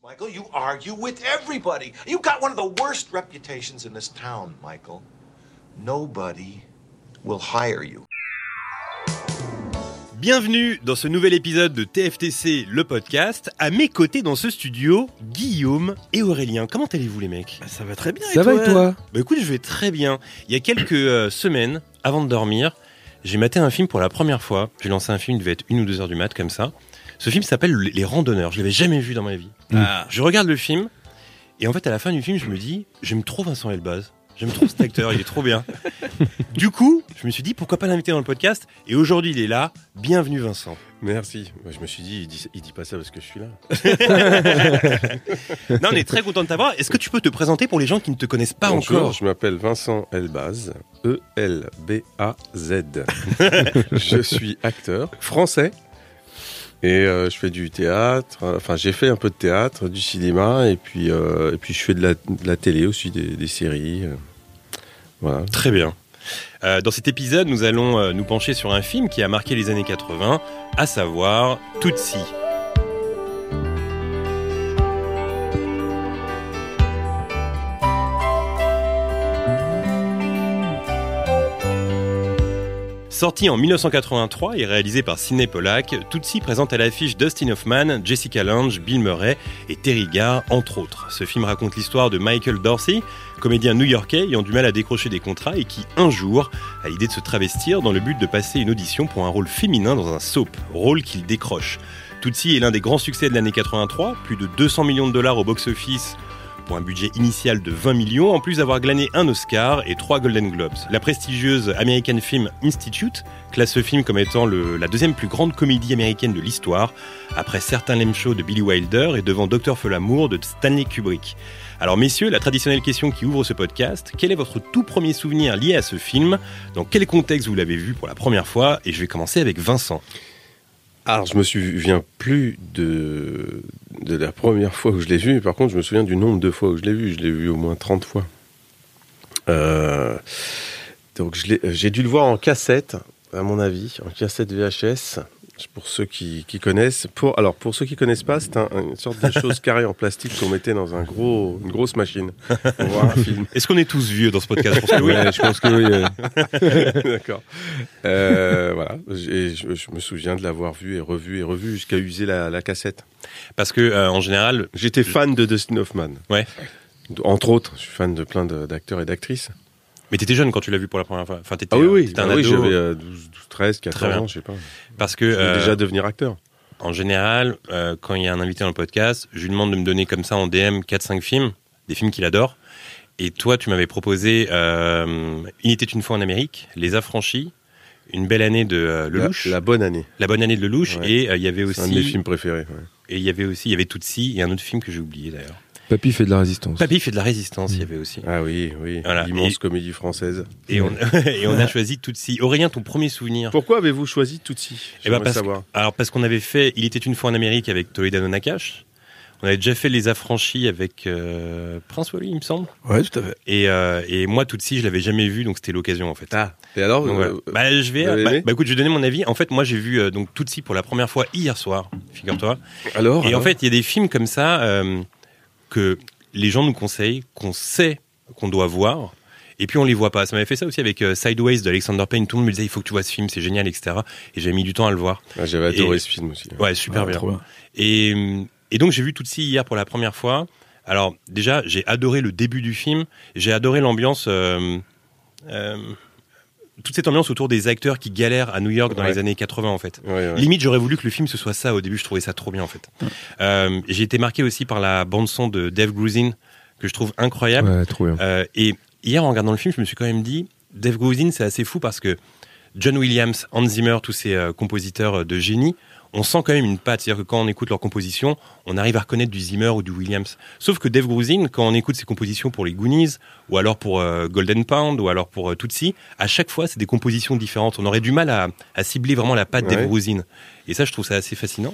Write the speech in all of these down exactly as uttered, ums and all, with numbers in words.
Michael, you argue with everybody. You've got one of the worst reputations in this town, Michael. Nobody will hire you. Bienvenue dans ce nouvel épisode de T F T C, le podcast. À mes côtés dans ce studio, Guillaume et Aurélien. Comment allez-vous les mecs ? Bah, ça va très bien. Ça et va toi et toi ? Bah écoute, je vais très bien. Il y a quelques euh, semaines, avant de dormir, j'ai maté un film pour la première fois. J'ai lancé un film, il devait être une ou deux heures du mat, comme ça. Ce film s'appelle Les Randonneurs. Je l'avais jamais vu dans ma vie. Ah. Je regarde le film, et en fait, à la fin du film, je me dis, j'aime trop Vincent Elbaz. J'aime trop cet acteur, il est trop bien. Du coup, je me suis dit, pourquoi pas l'inviter dans le podcast ? Et aujourd'hui, il est là. Bienvenue Vincent. Merci. Moi, je me suis dit, il dit, il dit pas ça parce que je suis là. Non, on est très content de t'avoir. Est-ce que tu peux te présenter pour les gens qui ne te connaissent pas Bonjour, encore ? je m'appelle Vincent Elbaz, E L B A Z. Je suis acteur français et euh, je fais du théâtre. Enfin, j'ai fait un peu de théâtre, du cinéma et puis, euh, et puis je fais de la, de la télé aussi, des, des séries. euh, Voilà. Très bien. Euh, dans cet épisode, nous allons euh, nous pencher sur un film qui a marqué les années quatre-vingts, à savoir Tootsie. Sorti en dix-neuf cent quatre-vingt-trois et réalisé par Sidney Pollack, Tootsie présente à l'affiche Dustin Hoffman, Jessica Lange, Bill Murray et Terry Garr, entre autres. Ce film raconte l'histoire de Michael Dorsey, comédien new-yorkais ayant du mal à décrocher des contrats et qui, un jour, a l'idée de se travestir dans le but de passer une audition pour un rôle féminin dans un soap, rôle qu'il décroche. Tootsie est l'un des grands succès de l'année quatre-vingt-trois, plus de deux cents millions de dollars au box-office, pour un budget initial de vingt millions, en plus d'avoir glané un Oscar et trois Golden Globes. La prestigieuse American Film Institute classe ce film comme étant le, la deuxième plus grande comédie américaine de l'histoire, après Certain Lame Show de Billy Wilder et devant Docteur Folamour de Stanley Kubrick. Alors messieurs, la traditionnelle question qui ouvre ce podcast, quel est votre tout premier souvenir lié à ce film ? Dans quel contexte vous l'avez vu pour la première fois ? Et je vais commencer avec Vincent. Alors, je me souviens plus de, de la première fois où je l'ai vu, mais par contre, je me souviens du nombre de fois où je l'ai vu. Je l'ai vu au moins trente fois. Euh, donc, je l'ai, j'ai dû le voir en cassette, à mon avis, en cassette V H S, pour ceux qui, qui connaissent. Pour, alors, pour ceux qui connaissent pas, c'est un, une sorte de chose carrée en plastique qu'on mettait dans un gros, une grosse machine pour voir un film. Est-ce qu'on est tous vieux dans ce podcast ? Je pense que oui. Ouais, je pense que oui. euh. D'accord. Euh, voilà. Et je, je me souviens de l'avoir vu et revu et revu jusqu'à user la, la cassette. Parce que, euh, en général... J'étais fan de Dustin Hoffman. Ouais. Entre autres, je suis fan de plein de, d'acteurs et d'actrices. Mais t'étais jeune quand tu l'as vu pour la première fois. Enfin, t'étais, Ah oui, oui. t'étais un Ah ado. oui, j'avais euh, douze, treize, quatorze ans, je sais pas. Parce que... Je voulais euh, déjà devenir acteur. En général, euh, quand il y a un invité dans le podcast, je lui demande de me donner comme ça en D M quatre cinq films, des films qu'il adore. Et toi, tu m'avais proposé euh, Il était une fois en Amérique, Les Affranchis, Une belle année de euh, Lelouch, La, la bonne année. La bonne année de Lelouch, Ouais. et euh, il y avait aussi... C'est un de mes films préférés. Ouais. Et il y avait aussi, il y avait Tootsie, et un autre film que j'ai oublié d'ailleurs. Papy fait de la résistance. Papy fait de la résistance, il y avait aussi. Ah oui, oui. Voilà. L'immense Et- comédie française. Et on, et on a choisi Tootsie. Aurélien, ton premier souvenir ? Pourquoi avez-vous choisi Tootsie ? Eh ben J'aimerais parce, savoir. alors parce qu'on avait fait Il était une fois en Amérique avec Toledano Nakash. On avait déjà fait Les Affranchis avec euh, Prince Wally, il me semble. Ouais, tout à fait. Et, euh, et moi, Tootsie, je l'avais jamais vu, donc c'était l'occasion en fait. Ah. Et alors Donc, voilà. euh, bah, je vais. vous avez Bah, aimé bah, écoute, je vais donner mon avis. En fait, moi, j'ai vu euh, donc Tootsie pour la première fois hier soir, figure-toi. alors Et alors en fait, il y a des films comme ça euh, que les gens nous conseillent, qu'on sait qu'on doit voir. Et puis on les voit pas. Ça m'avait fait ça aussi avec euh, Sideways de Alexander Payne. Tout le monde me disait il faut que tu vois ce film, c'est génial, et cetera. Et j'avais mis du temps à le voir. Ah, j'avais adoré et- ce film aussi. Ouais, super Ah, bien. trop bien. Et, et donc j'ai vu Tootsie hier pour la première fois. Alors déjà, j'ai adoré le début du film. J'ai adoré l'ambiance, euh, euh, toute cette ambiance autour des acteurs qui galèrent à New York dans Ouais. les années quatre-vingts en fait. Ouais, ouais. Limite, j'aurais voulu que le film ce soit ça au début. Je trouvais ça trop bien en fait. Euh, j'ai été marqué aussi par la bande son de Dave Grusin que je trouve incroyable. Ouais, trop bien. Euh, et hier, en regardant le film, je me suis quand même dit, Dave Grusin, c'est assez fou parce que John Williams, Hans Zimmer, tous ces euh, compositeurs de génie, on sent quand même une patte. C'est-à-dire que quand on écoute leurs compositions, on arrive à reconnaître du Zimmer ou du Williams. Sauf que Dave Grusin, quand on écoute ses compositions pour les Goonies, ou alors pour euh, Golden Pound, ou alors pour euh, Tootsie, à chaque fois, c'est des compositions différentes. On aurait du mal à, à cibler vraiment la patte Ouais. Dave Grusin. Et ça, je trouve ça assez fascinant.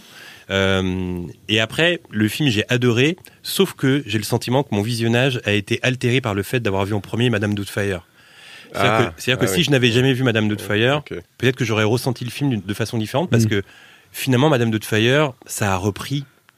Euh, et après, le film, j'ai adoré, sauf que j'ai le sentiment que mon visionnage a été altéré par le fait d'avoir vu en premier Madame Doubtfire. C'est-à-dire Ah, que, c'est-à-dire que ah si oui. je n'avais jamais vu Madame Doubtfire, Ok. peut-être que j'aurais ressenti le film d'une- de façon différente, parce Mm. que finalement, Madame Doubtfire, ça a repris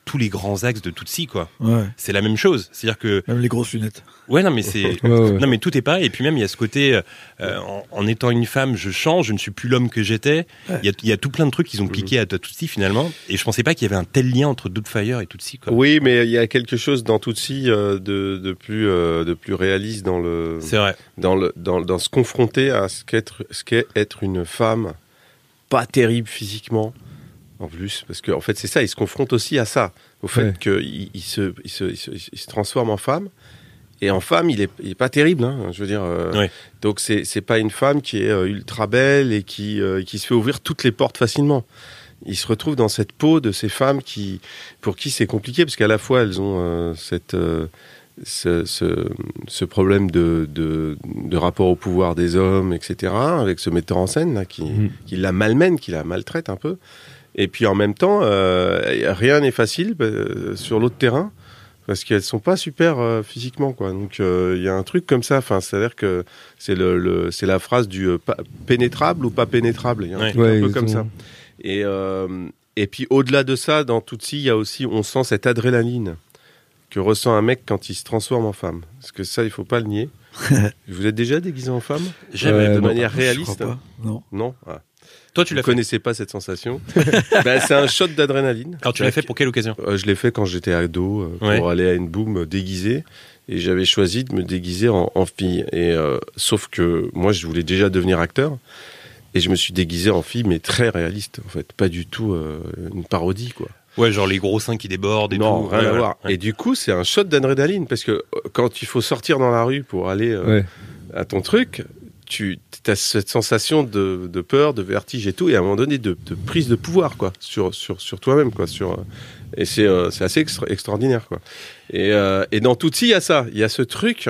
tous les grands axes de Tootsie, quoi. Ouais. C'est la même chose. C'est-à-dire que Même les grosses lunettes. ouais, non, mais c'est Ouais, ouais. non, mais tout est pareil. Et puis même il y a ce côté, euh, en, en étant une femme, je change, je ne suis plus l'homme que j'étais. Il Ouais. y a il y a tout plein de trucs qu'ils ont piqué à Tootsie finalement. Et je pensais pas qu'il y avait un tel lien entre Doubtfire et Tootsie, quoi. Oui, mais il y a quelque chose dans Tootsie euh, de, de plus euh, de plus réaliste dans le C'est vrai. dans le dans, dans se confronter à ce qu'est ce qu'est être une femme pas terrible physiquement en plus, parce qu'en en fait c'est ça, il se confronte aussi à ça, au fait Ouais. qu'il il se, il, se, il, se, il se transforme en femme, et en femme il est, il est pas terrible, hein, je veux dire, euh, Ouais. donc c'est, c'est pas une femme qui est euh, ultra belle et qui, euh, qui se fait ouvrir toutes les portes facilement. Il se retrouve dans cette peau de ces femmes qui, pour qui c'est compliqué, parce qu'à la fois elles ont euh, cette, euh, ce, ce, ce problème de, de, de rapport au pouvoir des hommes, et cetera, avec ce metteur en scène là, qui, Mhm. qui la malmène, qui la maltraite un peu. Et puis en même temps, euh, rien n'est facile euh, sur l'autre terrain, parce qu'elles sont pas super euh, physiquement, quoi. Donc il euh, y a un truc comme ça. Enfin, c'est-à-dire que c'est le, le c'est la phrase du euh, pas- pénétrable ou pas pénétrable. Il y a un Ouais. truc Ouais, un peu comme ça. exactement. Et euh, et puis au-delà de ça, dans Tootsie, il y a aussi, on sent cette adrénaline que ressent un mec quand il se transforme en femme. Parce que ça, il faut pas le nier. Vous êtes déjà déguisé en femme Jamais. de non, manière Je réaliste? crois pas. Non. Non. Ah. Toi, tu Vous l'as ne fait. connaissez pas cette sensation. Ben, c'est un shot d'adrénaline. Alors tu l'as fait pour quelle occasion? Euh, Je l'ai fait quand j'étais ado euh, pour Ouais. aller à une boum euh, déguisée, et j'avais choisi de me déguiser en, en fille. Et euh, sauf que moi, je voulais déjà devenir acteur, et je me suis déguisé en fille, mais très réaliste en fait, pas du tout euh, une parodie, quoi. Ouais, genre les gros seins qui débordent et Non, tout. rien Ouais, à ouais. voir. Ouais. Et du coup, c'est un shot d'adrénaline, parce que euh, quand il faut sortir dans la rue pour aller euh, Ouais. à ton truc, tu as cette sensation de, de peur, de vertige et tout, et à un moment donné de, de prise de pouvoir, quoi, sur sur sur toi-même, quoi, sur euh, et c'est euh, c'est assez extra- extraordinaire, quoi. Et euh, et dans Tootsie, il y a ça, il y a ce truc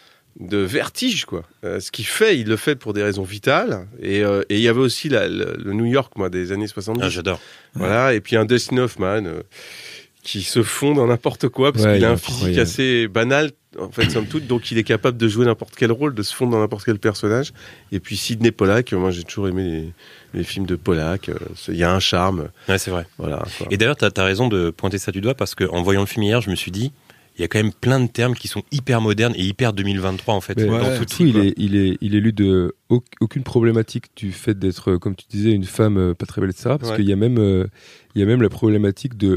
de vertige, quoi. Euh, ce qu'il fait, il le fait pour des raisons vitales, et euh, et il y avait aussi la, le, le New York, moi, des années soixante-dix. Ah, j'adore. Voilà, et puis un Dustin Hoffman euh, qui se fond dans n'importe quoi, parce Ouais, qu'il il a est un physique incroyable. assez banal, en fait, somme toute, donc il est capable de jouer n'importe quel rôle, de se fondre dans n'importe quel personnage. Et puis Sidney Pollack, moi j'ai toujours aimé les, les films de Pollack, euh, c'est- il y a un charme, Ouais, c'est vrai. voilà. Quoi. Et d'ailleurs, t'as as raison de pointer ça du doigt parce qu'en voyant le film hier, je me suis dit, il y a quand même plein de termes qui sont hyper modernes et hyper deux mille vingt-trois en fait. Mais dans ouais, Tootsie, surtout, il quoi. est, il est, il est lu de au- aucune problématique du fait d'être, euh, comme tu disais, une femme euh, pas très belle, et cetera. Parce Ouais. qu'il y a même, euh, il y a même la problématique de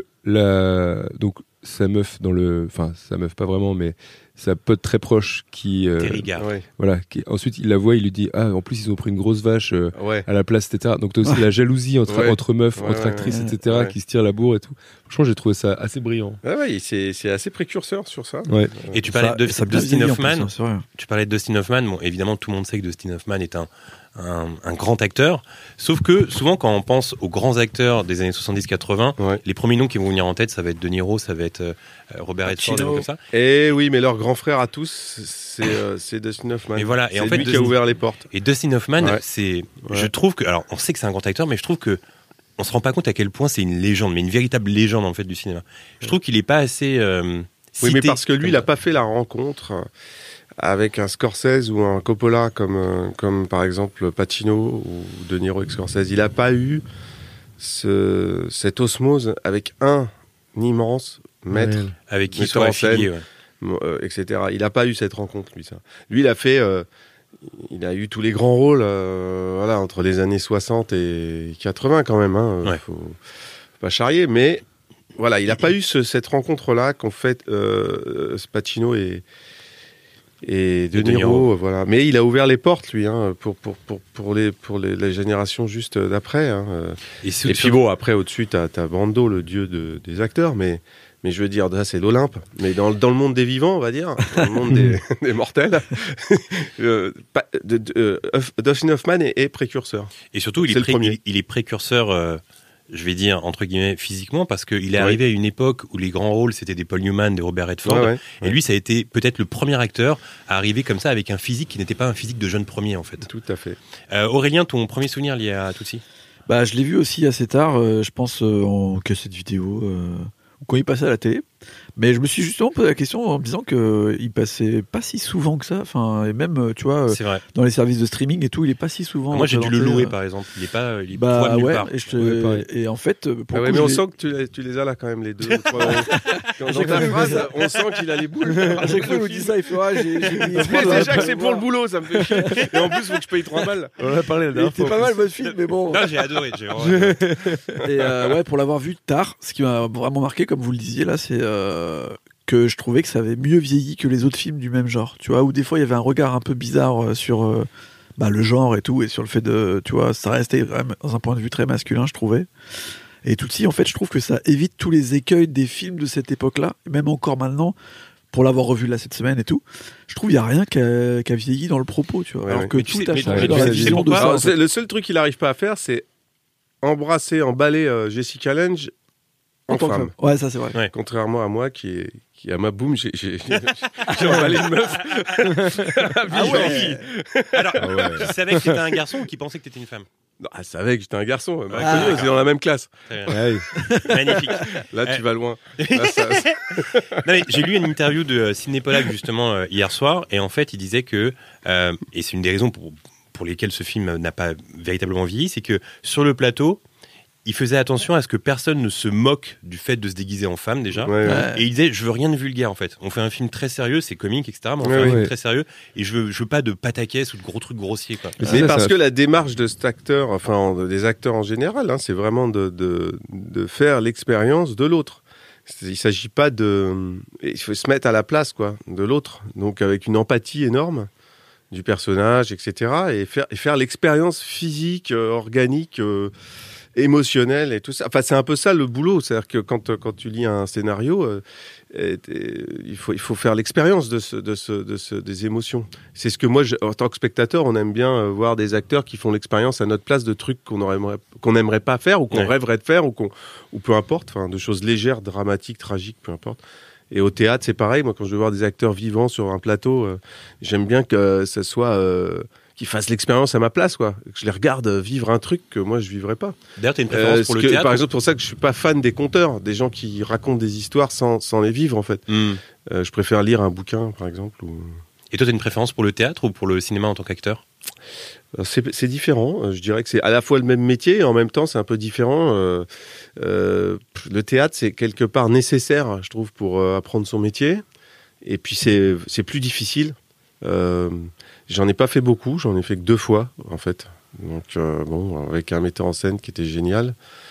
la, donc sa meuf dans le, enfin sa meuf pas vraiment, mais sa pote très proche qui, euh, Terry Garr. Ouais, voilà, qui, ensuite il la voit, il lui dit ah en plus ils ont pris une grosse vache euh, ouais. à la place, et cetera. Donc t'as aussi la jalousie entre Ouais. entre meufs, Ouais, entre ouais, actrices, ouais. et cetera. Ouais. Qui se tirent la bourre et tout. Franchement, j'ai trouvé ça assez brillant. Ah ouais, c'est c'est assez précurseur sur ça. Ouais. Et tu parlais Ça- de ça a bien Dustin vieilli, en plus, Hoffman. hein, c'est vrai. Tu parlais de Dustin Hoffman. Bon, évidemment, tout le monde sait que Dustin Hoffman est un, un, un grand acteur. Sauf que souvent, quand on pense aux grands acteurs des années soixante-dix quatre-vingts, Ouais. les premiers noms qui vont venir en tête, ça va être De Niro, ça va être euh, Robert Redford, des Pacino. noms comme ça. Et oui, mais leur grand frère à tous, c'est euh, c'est Dustin Hoffman. Et voilà, et c'est en fait, lui qui a Dustin- ouvert les portes. Et Dustin Hoffman, Ouais. c'est, Ouais. je trouve que, alors, on sait que c'est un grand acteur, mais je trouve que on se rend pas compte à quel point c'est une légende, mais une véritable légende en fait du cinéma. Je trouve qu'il est pas assez. Euh, Oui, mais cité parce que lui, comme il n'a ça. pas fait la rencontre euh, avec un Scorsese ou un Coppola, comme, euh, comme par exemple Pacino ou De Niro avec Scorsese. Il n'a pas eu ce, cette osmose avec un immense maître, Ouais. avec qui il metteur soit en scène. affilié. Ouais. euh, et cetera. Il n'a pas eu cette rencontre, lui, ça. Lui, il a fait... euh, il a eu tous les grands rôles euh, voilà, entre les années soixante et quatre-vingts quand même. Hein, Ouais. faut, faut pas charrier, mais voilà, il n'a pas eu ce- cette rencontre-là qu'ont fait euh, Pacino et, et De Et De Niro. Niro. euh, Voilà. Mais il a ouvert les portes, lui, hein, pour, pour, pour, pour, les, pour les, les générations juste d'après. Hein. euh. Et, c'est- Et puis bon, après, au-dessus, t'as as Brando, le dieu de- des acteurs, mais, mais je veux dire, là, c'est l'Olympe. Mais dans, le- dans le monde des vivants, on va dire, dans le monde des, des mortels, euh, pas- de- de- euh, Hoff- Dustin Hoffman est, est précurseur. Et surtout, il C'est est, le pré- premier. il, il est précurseur, euh, je vais dire, entre guillemets, physiquement, parce qu'il est Ouais. arrivé à une époque où les grands rôles, c'était des Paul Newman, des Robert Redford. Ouais, ouais, Et ouais. lui, ça a été peut-être le premier acteur à arriver comme ça avec un physique qui n'était pas un physique de jeune premier, en fait. Tout à fait. Euh, Aurélien, ton premier souvenir lié à Tootsie? Bah, je l'ai vu aussi assez tard, euh, je pense, euh, en cassette vidéo, euh, ou quand il passait à la télé. Mais je me suis justement posé la question en me disant qu'il passait pas si souvent que ça. Enfin, et même, tu vois, C'est vrai. dans les services de streaming et tout, il est pas si souvent. Moi, j'ai dû le présenté, louer, euh, par exemple. Il est pas, il est Bah poids de nulle ouais, part. et, je te- Ouais, pareil. et en fait, pour Ah ouais, le coup, mais on je l'ai- sent que tu les, tu les as là quand même, les deux. Trois, dans dans ta phrase, on sent qu'il a les boules. à chaque fois, il nous dit ça, il fait ah, j'ai, j'ai mis Mais déjà que c'est pour le boulot, ça me fait chier. Et en plus, faut que je paye trois balles. On en a parlé la Il dernière était fois. pas mal votre film, mais bon. Non, j'ai adoré. J'ai vraiment- Et euh, ouais, pour l'avoir vu tard, ce qui m'a vraiment marqué, comme vous le disiez là, c'est euh, que je trouvais que ça avait mieux vieilli que les autres films du même genre. Tu vois, où des fois il y avait un regard un peu bizarre euh, sur euh, bah, le genre et tout, et sur le fait de, tu vois, ça restait vraiment dans un point de vue très masculin, je trouvais. Et tout ci, en fait, je trouve que ça évite tous les écueils des films de cette époque-là, et même encore maintenant. Pour l'avoir revu là cette semaine et tout, je trouve il y a rien qui a, qui a vieilli dans le propos, tu vois. Ouais, alors ouais. que Mais tu tout sais- a mais- changé mais dans tu la sais vision de pourquoi ça. Alors, en fait. c'est- le seul truc qu'il n'arrive pas à faire, c'est embrasser, emballer euh, Jessica Lange en, En tant que femme. femme. Ouais, ça c'est vrai. Ouais. Contrairement à moi qui est qui à ma boum, j'ai j'ai j'ai emballé une meuf. Ah ouais. Alors, Ah ouais. tu savais que t'étais un garçon ou qui pensait que t'étais une femme? Non, elle savait que j'étais un garçon. Elle m'a Ah, connu, on était dans la même classe. Très bien. Ouais. Magnifique. Là, Eh. tu vas loin. Là, ça- Non, mais j'ai lu une interview de euh, Sidney Pollack justement euh, hier soir et en fait il disait que euh, et c'est une des raisons pour pour lesquelles ce film n'a pas véritablement vieilli, c'est que sur le plateau il faisait attention à ce que personne ne se moque du fait de se déguiser en femme déjà. Ouais, ouais. Ouais. Et il disait, je veux rien de vulgaire en fait. On fait un film très sérieux, c'est comique, et cetera. Mais on Ouais, fait un ouais. film très sérieux et je veux, je veux pas de pataquès ou de gros trucs grossiers quoi. Mais c'est Mais ça, parce ça- que la démarche de cet acteur, enfin de- des acteurs en général, hein, c'est vraiment de, de, de faire l'expérience de l'autre. C'est- Il s'agit pas de, il faut se mettre à la place quoi de l'autre, donc avec une empathie énorme du personnage, et cetera. Et faire, et faire l'expérience physique, euh, organique, euh, émotionnelle et tout ça. Enfin, c'est un peu ça le boulot, c'est-à-dire que quand quand tu lis un scénario, euh, et- et il faut il faut faire l'expérience de ce, de ce, de ce, des émotions. C'est ce que moi, je- en tant que spectateur, on aime bien euh, voir des acteurs qui font l'expérience à notre place de trucs qu'on aurait qu'on n'aimerait pas faire ou qu'on Ouais. rêverait de faire ou qu'on ou peu importe, enfin de choses légères, dramatiques, tragiques, peu importe. Et au théâtre, c'est pareil. Moi, quand je veux voir des acteurs vivants sur un plateau, euh, j'aime bien que ça soit euh, qu'ils fassent l'expérience à ma place, quoi. Que je les regarde vivre un truc que moi je vivrais pas. D'ailleurs, t'as une préférence Euh, pour ce le que- théâtre par exemple, pour ça que je suis pas fan des conteurs, des gens qui racontent des histoires sans, sans les vivre en fait. Hmm. Euh, je préfère lire un bouquin, par exemple. Ou... Et toi, t'as une préférence pour le théâtre ou pour le cinéma en tant qu'acteur? Alors, C'est c'est différent. Euh, Je dirais que c'est à la fois le même métier et en même temps c'est un peu différent. Euh, euh, le théâtre, c'est quelque part nécessaire, je trouve, pour euh, apprendre son métier. Et puis c'est c'est plus difficile. Euh, J'en ai pas fait beaucoup. J'en ai fait que deux fois en fait. Donc euh, bon, avec un metteur en scène qui était génial,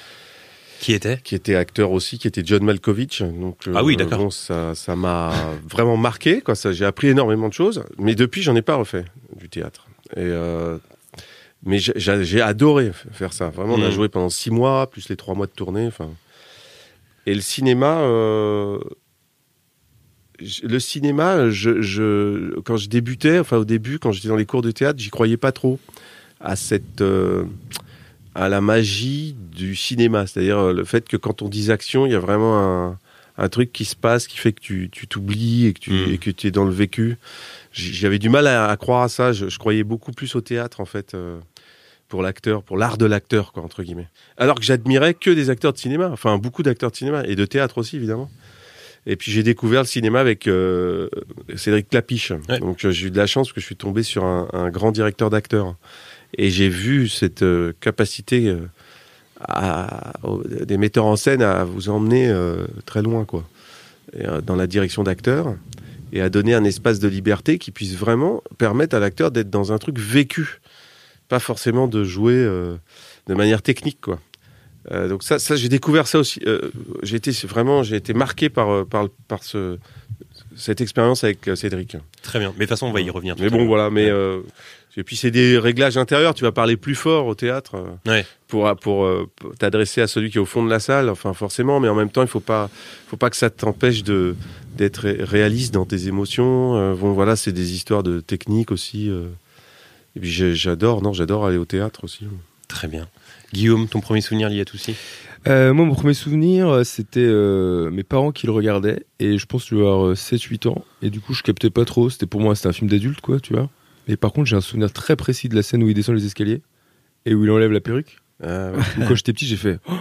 Qui était? qui était acteur aussi, qui était John Malkovich. Donc, Ah oui, d'accord. Bon, ça, ça m'a vraiment marqué, quoi. Ça, j'ai appris énormément de choses. Mais depuis, j'en ai pas refait du théâtre. Et euh, mais j'ai, j'ai j'ai adoré f- faire ça. Vraiment, on a Mhm. joué pendant six mois, plus les trois mois de tournée. Enfin, et le cinéma. euh, j- Le cinéma, je, je, quand je débutais, enfin au début, quand j'étais dans les cours de théâtre, j'y croyais pas trop à cette, euh, à la magie du cinéma. C'est-à-dire euh, le fait que quand on dit action, il y a vraiment un, un truc qui se passe qui fait que tu, tu t'oublies et que tu Mm. et que tu es dans le vécu. J- J'avais du mal à, à croire à ça. Je, je croyais beaucoup plus au théâtre, en fait, euh, pour l'acteur, pour l'art de l'acteur, quoi, entre guillemets. Alors que j'admirais que des acteurs de cinéma, enfin beaucoup d'acteurs de cinéma et de théâtre aussi, évidemment. Et puis j'ai découvert le cinéma avec euh, Cédric Clapiche. Ouais. Donc euh, j'ai eu de la chance parce que je suis tombé sur un, un grand directeur d'acteurs. Et j'ai vu cette euh, capacité euh, à, au- des metteurs en scène à vous emmener euh, très loin, quoi, et, euh, dans la direction d'acteurs, et à donner un espace de liberté qui puisse vraiment permettre à l'acteur d'être dans un truc vécu, pas forcément de jouer euh, de manière technique, quoi. Euh, donc ça, ça j'ai découvert ça aussi. Euh, j'ai été vraiment, j'ai été marqué par euh, par par ce cette expérience avec euh, Cédric. Très bien. Mais de toute façon, on va y revenir. tout Mais à bon, l'heure. voilà. Mais Ouais. euh, et puis c'est des réglages intérieurs. Tu vas parler plus fort au théâtre euh, Ouais. pour pour, euh, pour t'adresser à celui qui est au fond de la salle. Enfin, forcément, mais en même temps, il faut pas faut pas que ça t'empêche de d'être ré- réaliste dans tes émotions. Euh, bon, voilà, c'est des histoires de technique aussi. euh. Et puis j'ai- j'adore, non, j'adore aller au théâtre aussi. Très bien. Guillaume, ton premier souvenir lié à tout ça? Euh, moi, mon premier souvenir, euh, c'était euh, mes parents qui le regardaient. Et je pense que je devais avoir sept huit ans. Et du coup, je captais pas trop. C'était pour moi, c'était un film d'adulte, quoi, tu vois. Mais par contre, j'ai un souvenir très précis de la scène où il descend les escaliers et où il enlève la perruque. Ah, ouais. Où, quand j'étais petit, j'ai fait oh,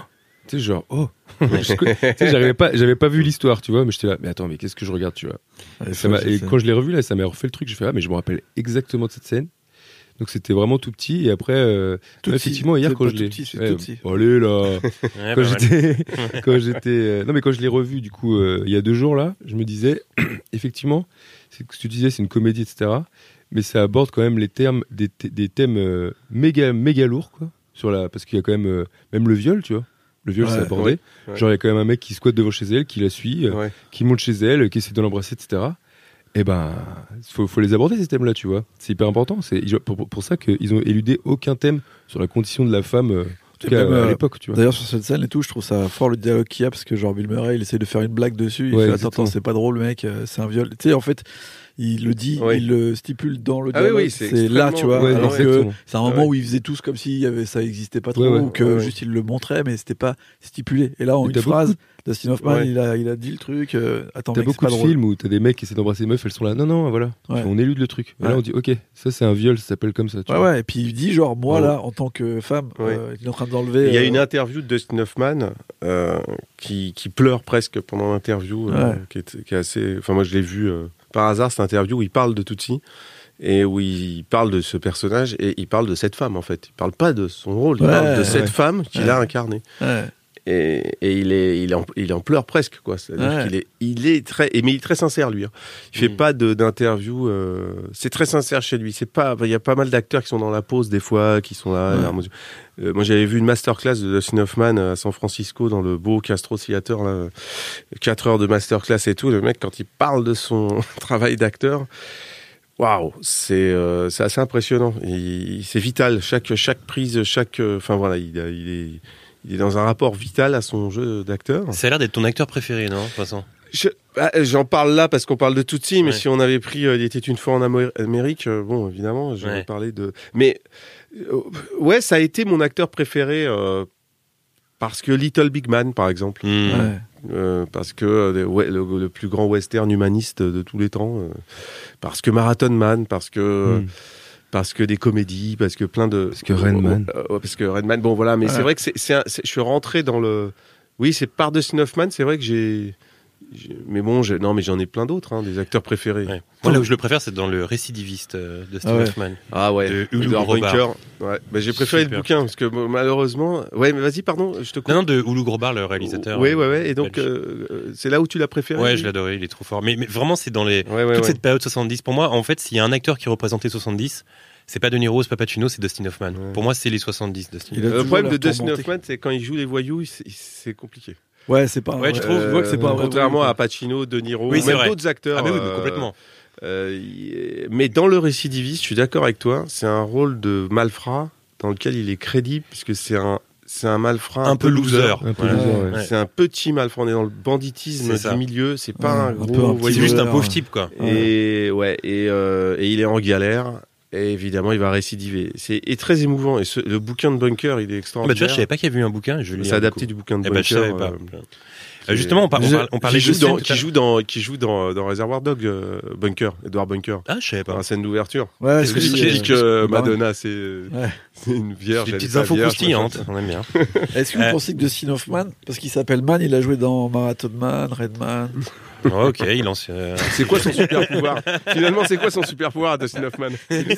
Tu sais, genre, oh. Tu sais, j'arrivais pas, j'avais pas vu l'histoire, tu vois, mais j'étais là, mais attends, mais qu'est-ce que je regarde, tu vois. Ouais, Et, ça, ça m'a- je et sais. quand je l'ai revu, là, ça m'a refait le truc, j'ai fait, ah, mais je me rappelle exactement de cette scène. Donc c'était vraiment tout petit, et après, euh, Tout ouais, petit. effectivement, hier, C'est quand pas je tout l'ai. petit, c'est Ouais, tout petit. bon, allez, là. Ouais, quand pas mal. j'étais, quand j'étais, euh, non mais quand je l'ai revu du coup euh, il y a deux jours là, je me disais effectivement, c'est ce que tu disais, c'est une comédie et cetera. Mais ça aborde quand même les termes, des, thè- des thèmes euh, méga méga lourds quoi. Sur la, parce qu'il y a quand même euh, même le viol, tu vois. Le viol Ouais, c'est abordé. ouais, ouais. Genre il y a quand même un mec qui squatte devant chez elle, qui la suit, euh, Ouais. qui monte chez elle, qui essaie de l'embrasser, et cetera. Et ben, faut, faut les aborder ces thèmes-là, tu vois. C'est hyper important. C'est pour, pour, pour ça qu'ils ont éludé aucun thème sur la condition de la femme, euh, en tout Et cas même, à euh, l'époque, tu vois. D'ailleurs, sur cette scène et tout, je trouve ça fort le dialogue qu'il y a parce que, genre, Bill Murray, il essaie de faire une blague dessus. Il Ouais, fait attends, exactement. attends, c'est pas drôle, mec, euh, c'est un viol. Tu sais, en fait, il le dit, Oui. il le stipule dans le Ah oui, dialogue. oui, c'est c'est là, tu vois. extrêmement- Ouais, alors que exactement. c'est un Ah moment ouais. où ils faisaient tous comme si y avait, ça existait pas trop, Ouais, ouais, ou que ouais, ouais. juste il le montrait, mais c'était pas stipulé. Et là, en Et une t'as phrase, Dustin Hoffman, Ouais. il, a, il a dit le truc. euh, attends, T'as mec, c'est beaucoup pas de drôle. films où t'as des mecs qui essaient d'embrasser des meufs, elles sont là, non, non, voilà. Ouais. On élude le truc. Et Ouais. là, on dit, ok, ça c'est un viol, ça s'appelle comme ça. Tu Ouais, vois. ouais. Et puis il dit, genre, moi, Ouais. là, en tant que femme, Ouais. euh, il est en train d'enlever. Il y a euh, une interview de Dustin Hoffman euh, qui, qui pleure presque pendant l'interview, euh, Ouais. qui, est, qui est assez. Enfin, moi, je l'ai vu euh, par hasard, cette interview où il parle de Tutsi et où il parle de ce personnage et il parle de cette femme en fait. Il parle pas de son rôle, il Ouais, parle de cette ouais. femme qu'il Ouais. a incarnée. ouais. Et, et il est, il est, en, il en pleure presque quoi. C'est-à-dire Ouais. qu'il est, il est très, et mais il est très sincère lui. hein. Il fait Mm. pas de, d'interview. euh, c'est très sincère chez lui. C'est pas, il y a pas mal d'acteurs qui sont dans la pause des fois, qui sont là. Ouais. larmes aux yeux. Euh, moi, j'avais vu une masterclass de Dustin Hoffman à San Francisco dans le beau Castro Theater là, quatre heures de masterclass et tout. Le mec, quand il parle de son travail d'acteur. Waouh, c'est euh, c'est assez impressionnant. Il, c'est vital. Chaque chaque prise, chaque, enfin voilà, il, a- il est il est dans un rapport vital à son jeu d'acteur. Ça a l'air d'être ton acteur préféré, non, Vincent? Je- ah, j'en parle là parce qu'on parle de Tutsi, mais Ouais. si on avait pris euh, Il était une fois en Amo- Amérique, euh, bon, évidemment, j'aurais Ouais. parlé de. Mais euh, ouais, ça a été mon acteur préféré euh, parce que Little Big Man, par exemple. Hmm. Ouais. Euh, parce que euh, le, ouais, le, le plus grand western humaniste de tous les temps, euh, parce que Marathon Man, parce que euh, Mm. parce que des comédies, parce que plein de Parce que Rain Man. Euh, ouais, parce que Rain Man. Bon voilà, mais Ouais. c'est vrai que c'est, c'est, un- c'est- je suis rentré dans le. Oui, c'est par Dustin Hoffman. C'est vrai que j'ai. j'ai- Mais bon, j'ai- non, mais j'en ai plein d'autres, hein, des acteurs préférés. Ouais. Moi, là où je le préfère, c'est dans le récidiviste euh, de Steve Ah ouais. Hoffman. Ah ouais. De Ulu Edward Grobar. Bunker. Ouais. Bah, j'ai préféré Super. le bouquin parce que bon, malheureusement. Ouais, mais vas-y, pardon, je te coupe. Non, non, de Ulu Grobar, le réalisateur. Oui, euh, ouais, ouais. Et donc, belge. euh, euh, c'est là où tu l'as préféré. Ouais, lui je l'adorais, il est trop fort. Mais, mais vraiment, c'est dans les... Ouais, ouais, toute ouais. cette période soixante-dix. Pour moi, en fait, s'il y a un acteur qui représentait soixante-dix, c'est pas De Niro, c'est pas Pacino, c'est Dustin Hoffman. Ouais. Pour moi, c'est les soixante-dix, Dustin. Il a Le toujours problème de l'air Dustin tourmenté. Hoffman, c'est quand il joue les voyous, c'est, c'est compliqué. Ouais, c'est pas. un Ouais, tu vrai- trouves je vois que c'est pas un vrai Contrairement truc, à Pacino, De Niro, Oui, ou c'est même vrai. d'autres acteurs. Ah, mais oui, mais euh, complètement. euh, il- mais dans le récidiviste, je suis d'accord avec toi, c'est un rôle de malfrat dans lequel il est crédible, puisque c'est un, c'est un malfrat Un peu loser. Un peu Ouais. loser, ouais. Ouais. C'est un petit malfrat. On est dans le banditisme C'est ça. du milieu. C'est pas Ouais, un un gros peu un petit voyou. C'est juste un loser, pauvre ouais. type, quoi. Et ouais, et, euh, et il est en galère. Et évidemment, il va récidiver. C'est et très émouvant. Et ce- le bouquin de Bunker, il est Bah, tu extraordinaire. vois, je savais pas qu'il y avait eu un bouquin. Je vais le c'est lire, adapté du du coup. bouquin de Eh ben, je Bunker. savais pas. euh, Euh, justement, on, par- on, Déjà, par- on parlait qui de joue dans, scène tout qui à joue dans, qui joue dans, dans Reservoir Dog, euh, Bunker, Edward Bunker, Ah, je savais dans pas. la scène d'ouverture. Ouais, Parce je que dis, je euh, dis que bah, Madonna, c'est Ouais. c'est une vierge. Des elle est petites pas infos vierge, croustillantes, machin. on aime bien. Est-ce que vous Euh, pensez que Dustin Hoffman, parce qu'il s'appelle Man, il a joué dans Marathon Man, Red Man. Oh, ok, il lance. euh, C'est quoi son super pouvoir? Finalement, c'est quoi son super pouvoir à Dustin Hoffman?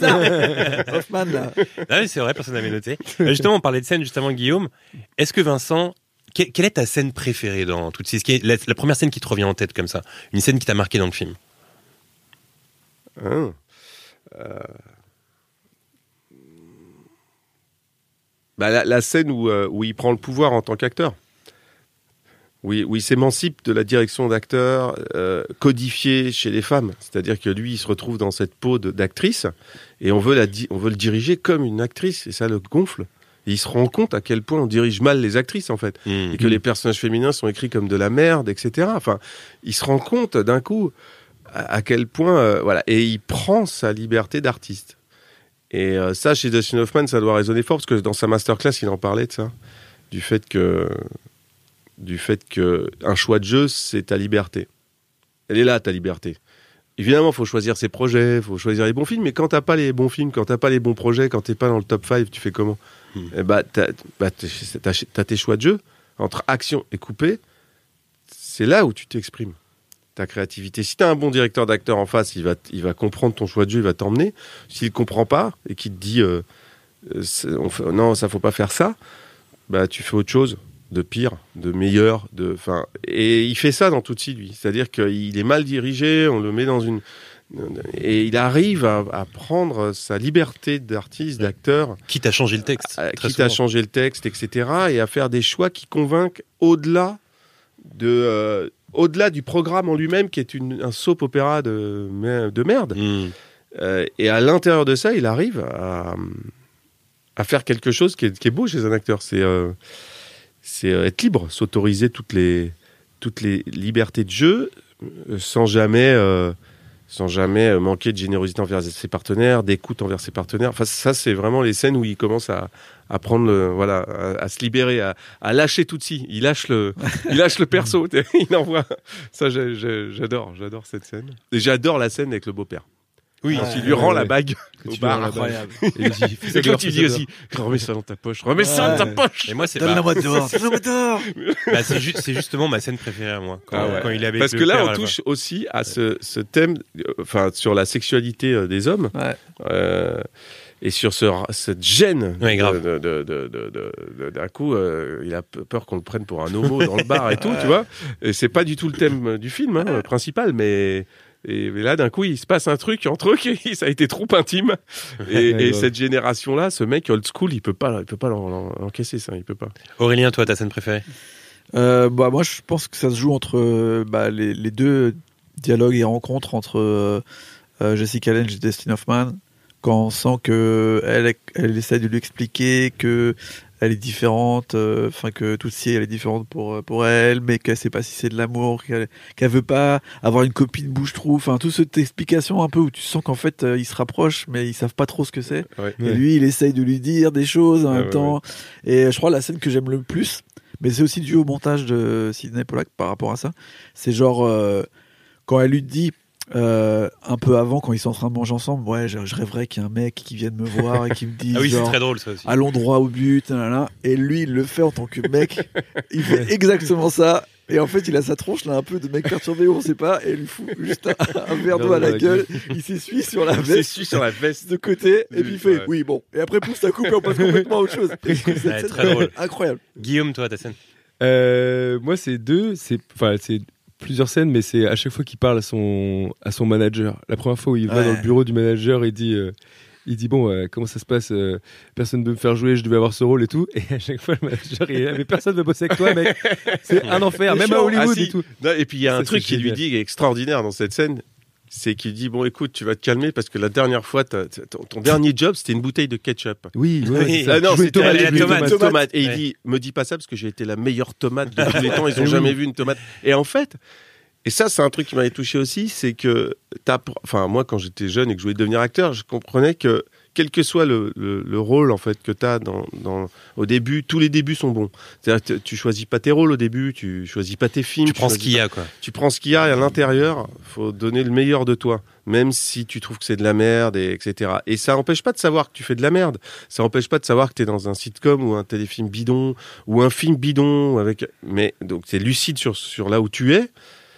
Hoffman, là. Ah oui, c'est vrai, personne n'avait noté. Euh, justement, on parlait de scène, justement, Guillaume. Est-ce que Vincent, que- quelle est ta scène préférée dans toutes ces... ce qui est la, la première scène qui te revient en tête comme ça? Une scène qui t'a marqué dans le film? Hein Euh, Bah, la, la scène où, euh, où il prend le pouvoir en tant qu'acteur. Où il, où il s'émancipe de la direction d'acteur euh, codifiée chez les femmes. C'est-à-dire que lui, il se retrouve dans cette peau de- d'actrice et on veut, la, di- on veut le diriger comme une actrice et ça le gonfle. Et il se rend compte à quel point on dirige mal les actrices, en fait. Hmm. Et que les personnages féminins sont écrits comme de la merde, et cetera. Enfin, il se rend compte d'un coup à, à quel point... euh, voilà. Et il prend sa liberté d'artiste. Et euh, ça, chez Dustin Hoffman, ça doit résonner fort, parce que dans sa masterclass, il en parlait de ça. Du fait que... Du fait que un choix de jeu, c'est ta liberté. Elle est là, ta liberté. Évidemment, il faut choisir ses projets, il faut choisir les bons films, mais quand t'as pas les bons films, quand t'as pas les bons projets, quand t'es pas dans le top cinq, tu fais comment? Hmm. Eh bah, t'as, bah, t'as, t'as- t'as tes choix de jeu. entre action et coupé, c'est là où tu t'exprimes, ta créativité. Si tu as un bon directeur d'acteur en face, il va, il va comprendre ton choix de jeu, il va t'emmener. S'il ne comprend pas et qu'il te dit euh, on fait, non, ça ne faut pas faire ça, bah, tu fais autre chose de pire, de meilleur. De, et il fait ça dans Tootsie, lui. C'est-à-dire qu'il est mal dirigé, on le met dans une... Et il arrive à, à prendre sa liberté d'artiste, d'acteur. Quitte à changer le texte. À, très quitte souvent. à changer le texte, et cetera. Et à faire des choix qui convainquent au-delà de... Euh, au-delà du programme en lui-même, qui est une, un soap opéra de, de merde. Mmh. Euh, et à l'intérieur de ça, il arrive à, à faire quelque chose qui est, qui est beau chez un acteur. C'est, euh, c'est être libre, s'autoriser toutes les, toutes les libertés de jeu, euh, sans jamais, euh, sans jamais manquer de générosité envers ses partenaires, d'écoute envers ses partenaires. Enfin, ça, c'est vraiment les scènes où il commence à, à prendre le, voilà, à, à se libérer, à, à lâcher Tootsie. Il lâche le, il lâche le perso. Il envoie. Ça, j'ai, j'ai, j'adore, j'adore cette scène. Et j'adore la scène avec le beau-père. Oui, Quand Ouais, il lui ouais, rend ouais. la bague Que au tu bar. lui rends la bague. Incroyable. Et il dit, fais ça Et dehors, quand il fais dit ça aussi, remets ça dans ta poche, remets ça Ouais. dans ta poche. Et moi, c'est, bah, Donne-la-moi dehors. Donne-la-moi dehors. bah, c'est, ju- c'est justement ma scène préférée à moi. Quand, Ah ouais. quand il avait Parce le que là, père à on la fin. touche aussi à ce, ce thème, euh, enfin, sur la sexualité euh, des hommes. Ouais. Euh, et sur ce, cette gêne. Ouais, grave. De, de, de, de, de- de- d'un coup, euh, il a p- peur qu'on le prenne pour un homo dans le bar et tout, tu vois. Et c'est pas du tout le thème du film hein, principal, mais. Et mais là, d'un coup, il se passe un truc entre eux qui ça a été trop intime. Et, Ouais, et ouais. cette génération-là, ce mec old school, il peut pas, il peut pas l'en- l'en- l'encaisser ça, il peut pas. Aurélien, toi, ta scène préférée? Euh, bah, moi, je pense que ça se joue entre euh, bah, les, les deux dialogues et rencontres entre euh, euh, Jessica Lange et Dustin Hoffman, quand on sent que elle, elle essaie de lui expliquer que elle est différente, enfin euh, que Tootsie elle est différente pour pour elle, mais qu'elle sait pas si c'est de l'amour, qu'elle qu'elle veut pas avoir une copine bouche-trou, enfin toute cette explication un peu où tu sens qu'en fait euh, ils se rapprochent, mais ils savent pas trop ce que c'est. Ouais. Et lui, il essaye de lui dire des choses en Ouais, même ouais, temps. Et je crois la scène que j'aime le plus, mais c'est aussi dû au montage de Sidney Pollack par rapport à ça. C'est genre euh, quand elle lui dit euh, un peu avant, quand ils sont en train de manger ensemble, ouais, je, je rêverais qu'il y ait un mec qui vienne me voir et qui me dise Ah oui, c'est genre, très drôle ça aussi. allons droit au but, nanana. Et lui, il le fait en tant que mec. Il fait exactement ça. Et en fait, il a sa tronche là un peu de mec perturbé, on sait pas, et il lui fout juste un, un verre d'eau à la gueule. Il s'essuie sur la Il veste s'essuie sur la veste. de côté, et puis il fait Ouais. oui, bon. Et après, pousse sa coupe et on passe complètement à autre chose. Et je trouve cette Ouais, scène très drôle. incroyable. Guillaume, toi, ta scène? Euh, moi, c'est deux. C'est, enfin, c'est plusieurs scènes, mais c'est à chaque fois qu'il parle à son, à son manager. La première fois où il va Ouais. dans le bureau du manager, il dit, euh, il dit bon, euh, comment ça se passe euh, personne ne veut me faire jouer, je devais avoir ce rôle et tout. Et à chaque fois, le manager, il est là, mais personne ne veut bosser avec toi, mec. C'est un enfer, C'est même à chiant. Hollywood Ah, si. et tout. Non, et puis il y a un Ça, truc c'est qui lui génial. dit qui est extraordinaire dans cette scène, c'est qu'il dit bon écoute tu vas te calmer parce que la dernière fois t'as- t'as- ton, ton dernier job c'était une bouteille de ketchup. Oui, ouais, Oui. c'est ça. Ah non Je voulais c'était tomate, la- je la voulais tomate. tomate. tomate. Et il Ouais. dit me dis pas ça parce que j'ai été la meilleure tomate de tous les temps, ils ont Oui. jamais vu une tomate. Et en fait, et ça c'est un truc qui m'avait touché aussi, c'est que t'as, enfin moi quand j'étais jeune et que je voulais devenir acteur, je comprenais que quel que soit le, le, le rôle en fait que t'as dans, dans au début, tous les débuts sont bons. C'est-à-dire que tu choisis pas tes rôles au début, tu choisis pas tes films, Tu prends ce choisis qu'il y pas- a, quoi. tu prends ce qu'il y a et à l'intérieur, faut donner le meilleur de toi, même si tu trouves que c'est de la merde, et etc. Et ça empêche pas de savoir que tu fais de la merde. Ça empêche pas de savoir que tu es dans un sitcom ou un téléfilm bidon ou un film bidon avec. Mais donc c'est lucide sur sur là où tu es.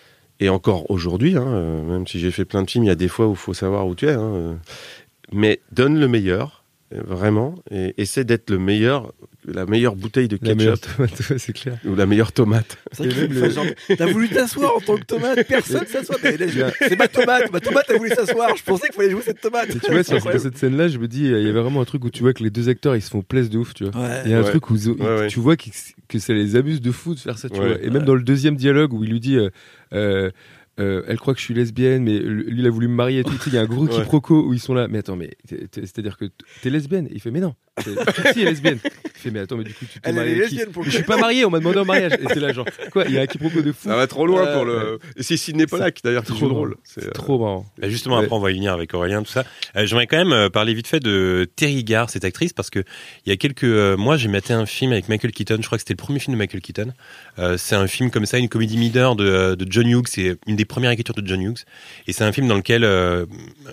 Et encore aujourd'hui, hein, euh, même si j'ai fait plein de films, il y a des fois où il faut savoir où tu es. Hein, euh. Mais donne le meilleur, euh, vraiment, et essaie d'être le meilleur, la meilleure bouteille de La meilleure ketchup tomate, ouais, c'est clair. ou la meilleure tomate. C'est vrai Et qu'il même fait le- genre, t'as voulu t'asseoir en tant que tomate, personne s'assoit. Mais là, je- C'est ma tomate, ma tomate a voulu s'asseoir. Je pensais qu'il fallait jouer cette tomate. Et tu vois, C'est sur incroyable. cette scène-là, je me dis, il y avait vraiment un truc où tu vois que les deux acteurs, ils se font plaisir de ouf, tu vois. Ouais. Il y a un Ouais. truc où ils- Ouais, ouais. tu vois qu'ils- que ça les amuse de fou de faire ça, tu Ouais. vois. Et même Ouais. dans le deuxième dialogue où il lui dit, euh, euh, euh, elle croit que je suis lesbienne, mais lui, il a voulu me marier et tout. Tu sais, il y a un gros Ouais. quiproquo où ils sont là. Mais attends, mais t'es- t'es- c'est-à-dire que t'es lesbienne? Et il fait, mais non. Si, elle est lesbienne. Il fait, mais attends, mais du coup, tu t'es Elle marié est avec qui? lesbienne pour le Je suis coup. pas marié, on m'a demandé en mariage. Et c'est là, genre, quoi? Il y a un quiproquo de fou. Ça va trop loin Euh, pour le. Et c'est Sidney Pollack d'ailleurs qui trop joue le marrant. rôle. C'est, C'est euh, trop marrant. Bah, justement, Ouais. après, on va y venir avec Aurélien, tout ça. Euh, j'aimerais quand même euh, parler vite fait de Terry Garr, cette actrice, parce que il y a quelques euh, mois, j'ai maté un film avec Michael Keaton. Je crois que c'était le premier film de Michael Keaton. Euh, c'est un film comme ça, une comédie mineur de, de John Hughes. C'est une des premières écritures de John Hughes. Et c'est un film dans lequel, euh, euh,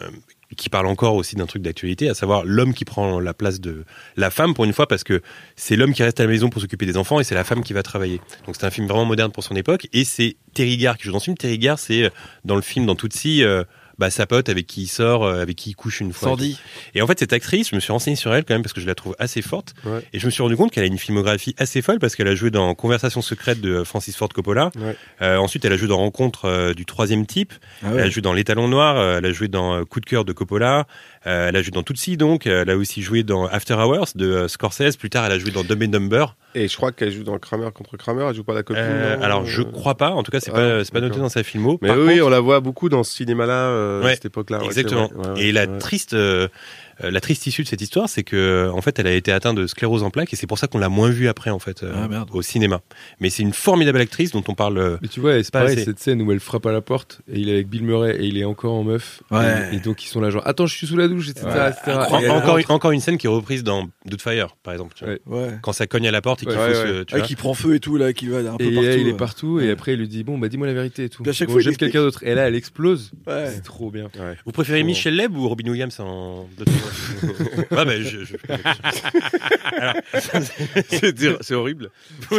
qui parle encore aussi d'un truc d'actualité, à savoir l'homme qui prend la place de la femme pour une fois, parce que c'est l'homme qui reste à la maison pour s'occuper des enfants et c'est la femme qui va travailler. Donc c'est un film vraiment moderne pour son époque, et c'est Terry Garr qui joue dans ce film. Terry Garr, c'est dans le film, dans Tootsie, euh, bah, sa pote avec qui il sort, euh, avec qui il couche une fois. Sandy. Et en fait, cette actrice, je me suis renseigné sur elle quand même parce que je la trouve assez forte. Ouais. Et je me suis rendu compte qu'elle a une filmographie assez folle parce qu'elle a joué dans Conversation secrète de Francis Ford Coppola. Ouais. Euh, ensuite, elle a joué dans Rencontre euh, du troisième type. Ah Elle a joué dans Les Talons Noirs. Euh, elle a joué dans euh, Coup de cœur de Coppola. Euh, elle a joué dans Tootsie, donc. Elle a aussi joué dans After Hours de euh, Scorsese. Plus tard, elle a joué dans Dumb and Dumber. Et je crois qu'elle joue dans Kramer contre Kramer, elle joue pas la copine. Euh, non alors, je crois pas. En tout cas, c'est Ah, pas, c'est pas noté d'accord. dans sa filmo. Mais Par oui, contre, on la voit beaucoup dans ce cinéma-là, euh, Ouais, à cette époque-là. ouais, exactement. c'est vrai. Ouais, ouais, et la ouais. triste, euh, euh, la triste issue de cette histoire, c'est que en fait, elle a été atteinte de sclérose en plaques et c'est pour ça qu'on l'a moins vue après en fait euh, Ah, merde. au cinéma. Mais c'est une formidable actrice dont on parle. euh, Mais tu vois, c'est Pas pareil, assez. cette scène où elle frappe à la porte et il est avec Bill Murray et il est encore en meuf. Ouais. Et, et donc ils sont là genre, attends, je suis sous la douche, et cetera Ouais. et cetera. en- Et elle encore, rentre. une, encore une scène qui est reprise dans Doubtfire, par exemple. tu vois. Ouais. Ouais. Quand ça cogne à la porte et qu'il Ouais, faut ouais. se. Tu Ah, vois. qui prend feu et tout, là, qui va un peu Et partout. là, il est euh. partout, et Ouais. après il lui dit, bon, bah dis-moi la vérité et tout. Puis à chaque Bon, fois, il j'aime explique. quelqu'un d'autre. Et là, elle explose. Ouais. C'est trop bien. Ouais. Vous préférez Bon. Michel Leb ou Robin Williams en deux Ouais, bah, je, je... Alors, c'est dur, c'est horrible.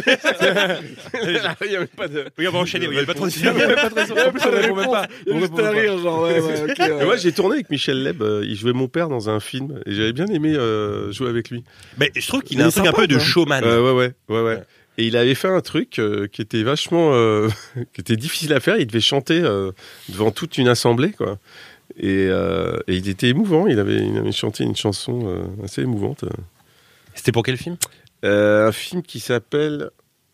Il y a même pas de. oui, on va enchaîner. oui, Il n'y a pas trop de Il y a pas de raison. En plus, on répond même pas. Il y a On juste répond à même pas. rire, genre, ouais, ouais, ok. Mais ouais. moi, j'ai tourné avec Michel Leb. euh, il jouait mon père dans un film et j'avais bien aimé euh, jouer avec lui. Mais je trouve qu'il Il a est un truc un sympa, peu de quoi. showman. Euh, ouais, ouais, ouais, ouais. Ouais. Et il avait fait un truc euh, qui était vachement, euh, qui était difficile à faire. Il devait chanter euh, devant toute une assemblée, quoi. Et, euh, et il était émouvant. Il avait, il avait chanté une chanson euh, assez émouvante. C'était pour quel film? Euh, un film qui s'appelle.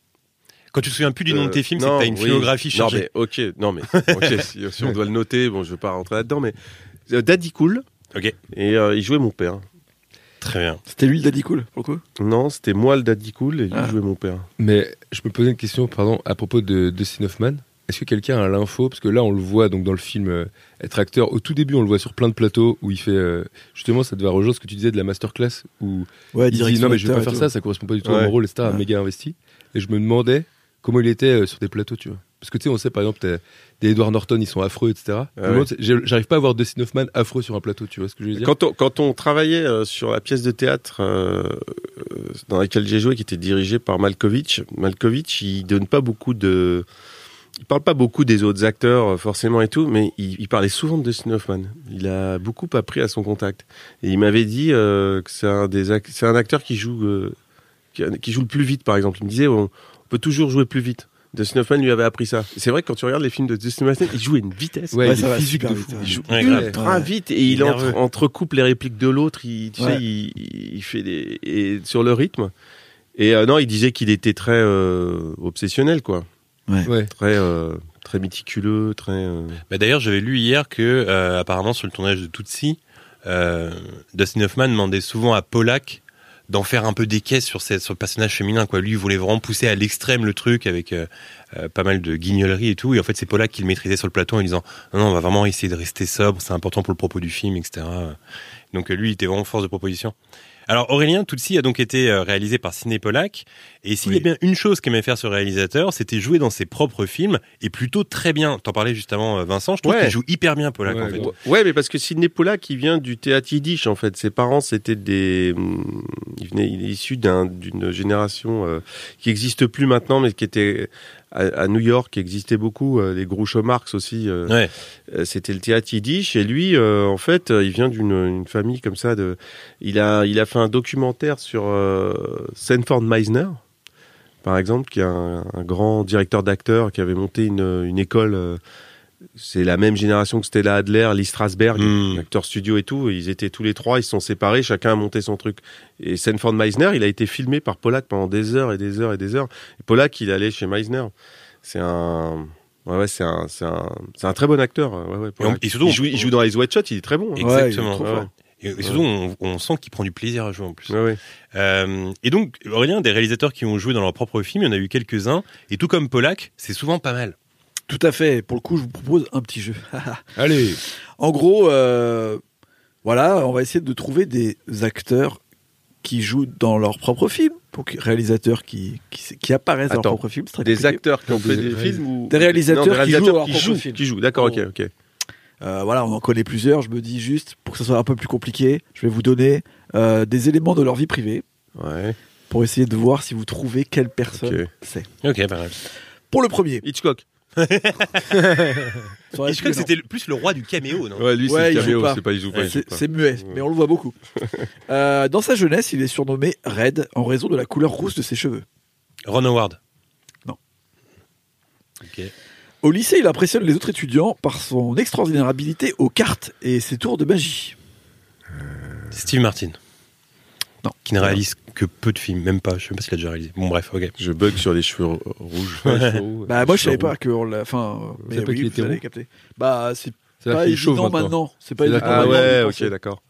Quand tu te souviens plus du nom de tes films, c'est non, que t'as une oui. filmographie Non, chargée. mais ok, non mais ok, si, si on doit le noter, bon, je veux pas rentrer là-dedans, mais euh, Daddy Cool. Ok. Et euh, il jouait mon père. Très bien. C'était lui le Daddy Cool, pour le coup. Non, c'était moi le Daddy Cool et lui Ah. jouait mon père. Mais je me posais une question, pardon, à propos de Dustin Hoffman. Est-ce que quelqu'un a l'info? Parce que là, on le voit donc dans le film euh, être acteur. Au tout début, on le voit sur plein de plateaux où il fait. euh, justement, ça devait rejoindre ce que tu disais de la masterclass où Ouais, il dit non, mais je vais pas faire ça, ça correspond pas du tout à Ouais. mon rôle, et cetera. Ouais. Méga investi. Et je me demandais comment il était euh, sur des plateaux, tu vois. Parce que tu sais, on sait par exemple, t'as des Edward Norton, ils sont affreux, et cetera. Je me Ouais. demande, c'est- j'ai- J'arrive pas à voir Dustin Hoffman affreux sur un plateau, tu vois ce que je veux dire? Quand on, quand on travaillait euh, sur la pièce de théâtre euh, euh, dans laquelle j'ai joué, qui était dirigée par Malkovich, Malkovich, il donne pas beaucoup de. Il parle pas beaucoup des autres acteurs, euh, forcément et tout, mais il, il parlait souvent de Dustin Hoffman. Il a beaucoup appris à son contact. Et il m'avait dit euh, que c'est un, des ac- c'est un acteur qui joue, euh, qui, qui joue le plus vite, par exemple. Il me disait, on, on peut toujours jouer plus vite. Dustin Hoffman lui avait appris ça. Et c'est vrai que quand tu regardes les films de Dustin Hoffman, il joue à une vitesse. Ouais, Ouais, il ça est va physique super de vite, fou. ouais. Il joue Ouais, grave. ultra Ouais. vite et Il il, est entre, nerveux. entrecoupe les répliques de l'autre. Il, tu Ouais. sais, il, il fait des et sur le rythme. Et euh, non, il disait qu'il était très euh, obsessionnel, quoi. Ouais. Très euh, très méticuleux, très. euh, Bah, d'ailleurs, j'avais lu hier que, euh, apparemment, sur le tournage de Tootsie, euh, Dustin Hoffman demandait souvent à Pollack d'en faire un peu des caisses sur, cette, sur le personnage féminin, quoi. Lui, il voulait vraiment pousser à l'extrême le truc avec euh, euh, pas mal de guignollerie et tout. Et en fait, c'est Pollack qui le maîtrisait sur le plateau en lui disant non, non, on va vraiment essayer de rester sobre, c'est important pour le propos du film, et cetera. Donc, euh, lui, il était vraiment force de proposition. Alors Aurélien, Tootsie a donc été euh, réalisé par Sidney Pollack, et s'il y a Oui. bien une chose qu'aimait faire ce réalisateur, c'était jouer dans ses propres films, et plutôt très bien. T'en parlais juste avant, euh, Vincent, je trouve Ouais. qu'il joue hyper bien Pollack, Ouais, en fait. gros. Ouais, mais parce que Sidney Pollack, il vient du théâtre yiddish, en fait. Ses parents, c'était des. hum, Il, venait, il est issu d'un- d'une génération euh, qui n'existe plus maintenant, mais qui était à, à New York, qui existait beaucoup. euh, les Groucho Marx aussi. euh, Ouais. euh, c'était le théâtre yiddish. Et lui, euh, en fait, euh, il vient d'une une famille comme ça. De... Il, a, il a fait un documentaire sur euh, Sanford Meisner, par exemple, qui est un, un grand directeur d'acteurs qui avait monté une, une école. euh, c'est la même génération que Stella Adler, Lee Strasberg, Mm. acteurs studio et tout. Ils étaient tous les trois, ils se sont séparés, chacun a monté son truc. Et Sanford Meisner, il a été filmé par Pollack pendant des heures et des heures et des heures. Et Pollack, il allait chez Meisner. C'est un... Ouais, ouais, c'est un, c'est un, c'est un très bon acteur. Ouais, ouais, Pollack. Et surtout, il, joue, il joue dans les White Shots, il est très bon. hein. Exactement. il est trop Ouais, fort. ouais. Et, et surtout, on, on sent qu'il prend du plaisir à jouer en plus. Ouais, ouais. Euh, et donc, Aurélien, des réalisateurs qui ont joué dans leur propre film, il y en a eu quelques-uns, et tout comme Pollack, c'est souvent pas mal. Tout à fait. Pour le coup, je vous propose un petit jeu. Allez. En gros, euh, voilà, on va essayer de trouver des acteurs qui jouent dans leur propre film, donc réalisateurs qui, qui, qui apparaissent dans leur Attends, propre film. C'est très Des compliqué. acteurs qui ont fait Des des réalis- films ou Des réalisateurs Non, des qui jouent dans leur qui propre jouent, film. qui jouent. D'accord, ok, Oh. ok. Euh, voilà, on en connaît plusieurs. Je me dis juste, pour que ça soit un peu plus compliqué, je vais vous donner euh, des éléments de leur vie privée Ouais. pour essayer de voir si vous trouvez quelle personne Ok. c'est. Ok, pas mal. Pour le premier, Hitchcock. ça aurait Et pu, je crois que non. c'était le- plus le roi du caméo, non? Ouais, lui, Ouais, il c'est le joue caméo, pas. c'est pas, il joue pas. il joue C'est, pas. c'est muet, mais on le voit beaucoup. Euh, dans sa jeunesse, il est surnommé Red en raison de la couleur rousse de ses cheveux. Ron Howard. Non. Ok. Au lycée, il impressionne les autres étudiants par son extraordinaire habilité aux cartes et ses tours de magie. Steve Martin. Non. Qui ne réalise que peu de films, même pas. Je sais même pas s'il a déjà réalisé. Bon, bref, ok. Je bug sur les cheveux ro- rouges. Ouais, les cheveux roux, Bah ouais. moi je savais Cheveux pas qu'on l'a. Enfin, euh, mais savez pas oui, qu'il vous était allez roux capter. Bah c'est C'est-à-dire pas qu'il est chauve évident maintenant. maintenant. C'est pas C'est évident d'accord. Ah maintenant de ouais, penser. ok, d'accord.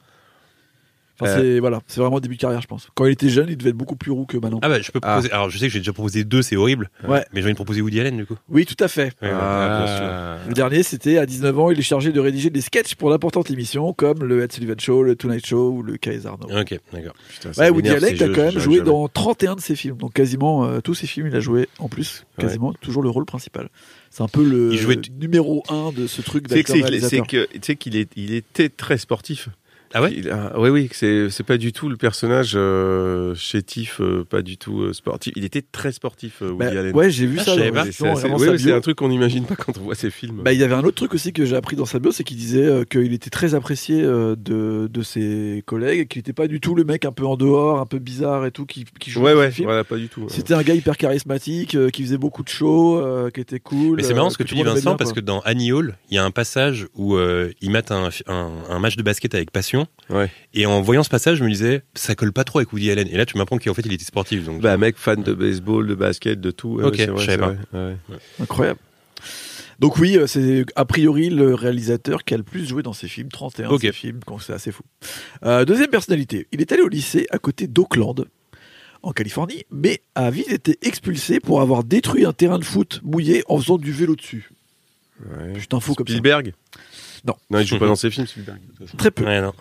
Enfin, Euh. c'est voilà, c'est vraiment début de carrière, je pense. Quand il était jeune, il devait être beaucoup plus roux que maintenant. Ah bah, je peux Ah. proposer. Alors, je sais que j'ai déjà proposé deux, c'est horrible. Ouais. Mais j'ai envie de proposer Woody Allen, du coup. Oui, tout à fait. Ouais, ouais. Ah, bien sûr. Ah. Le dernier, c'était à dix-neuf ans, il est chargé de rédiger des sketchs pour d'importantes émissions comme le Ed Sullivan Show, le Tonight Show ou le Kay Arnaud. Ok, d'accord. Putain, ça Ouais, Woody m'énerve, Allen ces a jeux, quand même j'arrive joué jamais. dans trente et un de ses films, donc quasiment euh, tous ses films, il a joué en plus, Ouais. quasiment toujours le rôle principal. C'est un peu le Il jouait t- numéro un de ce truc Tu sais que c'est- c'est d'acteur-réalisateur. que- tu sais qu'il est, il était très sportif. Ah ouais? Il a- Oui, oui, que c'est, c'est pas du tout le personnage euh, chétif, euh, pas du tout euh, sportif. Il était très sportif, euh, Woody Bah, Allen. ouais, j'ai vu Ah, ça je savais dans pas. la- C'est, dans assez- vraiment oui, sa mais c'est bio. un truc qu'on n'imagine pas quand on voit ces films. Bah, il y avait un autre truc aussi que j'ai appris dans sa bio, c'est qu'il disait euh, qu'il était très apprécié euh, de, de ses collègues et qu'il n'était pas du tout le mec un peu en dehors, un peu bizarre et tout, qui, qui jouait ouais, dans ouais, ses films. voilà, pas du tout. C'était un gars hyper charismatique, euh, qui faisait beaucoup de shows, euh, qui était cool. Mais c'est marrant euh, ce que tout tu le dis, monde aimait Vincent, bien, parce quoi. que dans Annie Hall, il y a un passage où euh, ils mettent un, un, un match de basket avec passion. Ouais. Et en voyant ce passage, je me disais, ça colle pas trop avec Woody Allen. Et là, tu m'apprends qu'en fait, il était sportif. Donc, Bah, mec fan de baseball, de basket, de tout. ouais, Ok, c'est vrai, je savais c'est pas. vrai, ouais. Incroyable. Donc oui, euh, c'est a priori le réalisateur qui a le plus joué dans ses films, trente et un Ok. de ses films, donc c'est assez fou. Euh, deuxième personnalité, il est allé au lycée à côté d'Oakland, en Californie, mais a vite été expulsé pour avoir détruit un terrain de foot mouillé en faisant du vélo dessus. Ouais. Juste info comme ça. Spielberg Non. Non, il joue pas dans ses films, Spielberg. de toute façon. Très peu. ouais, non.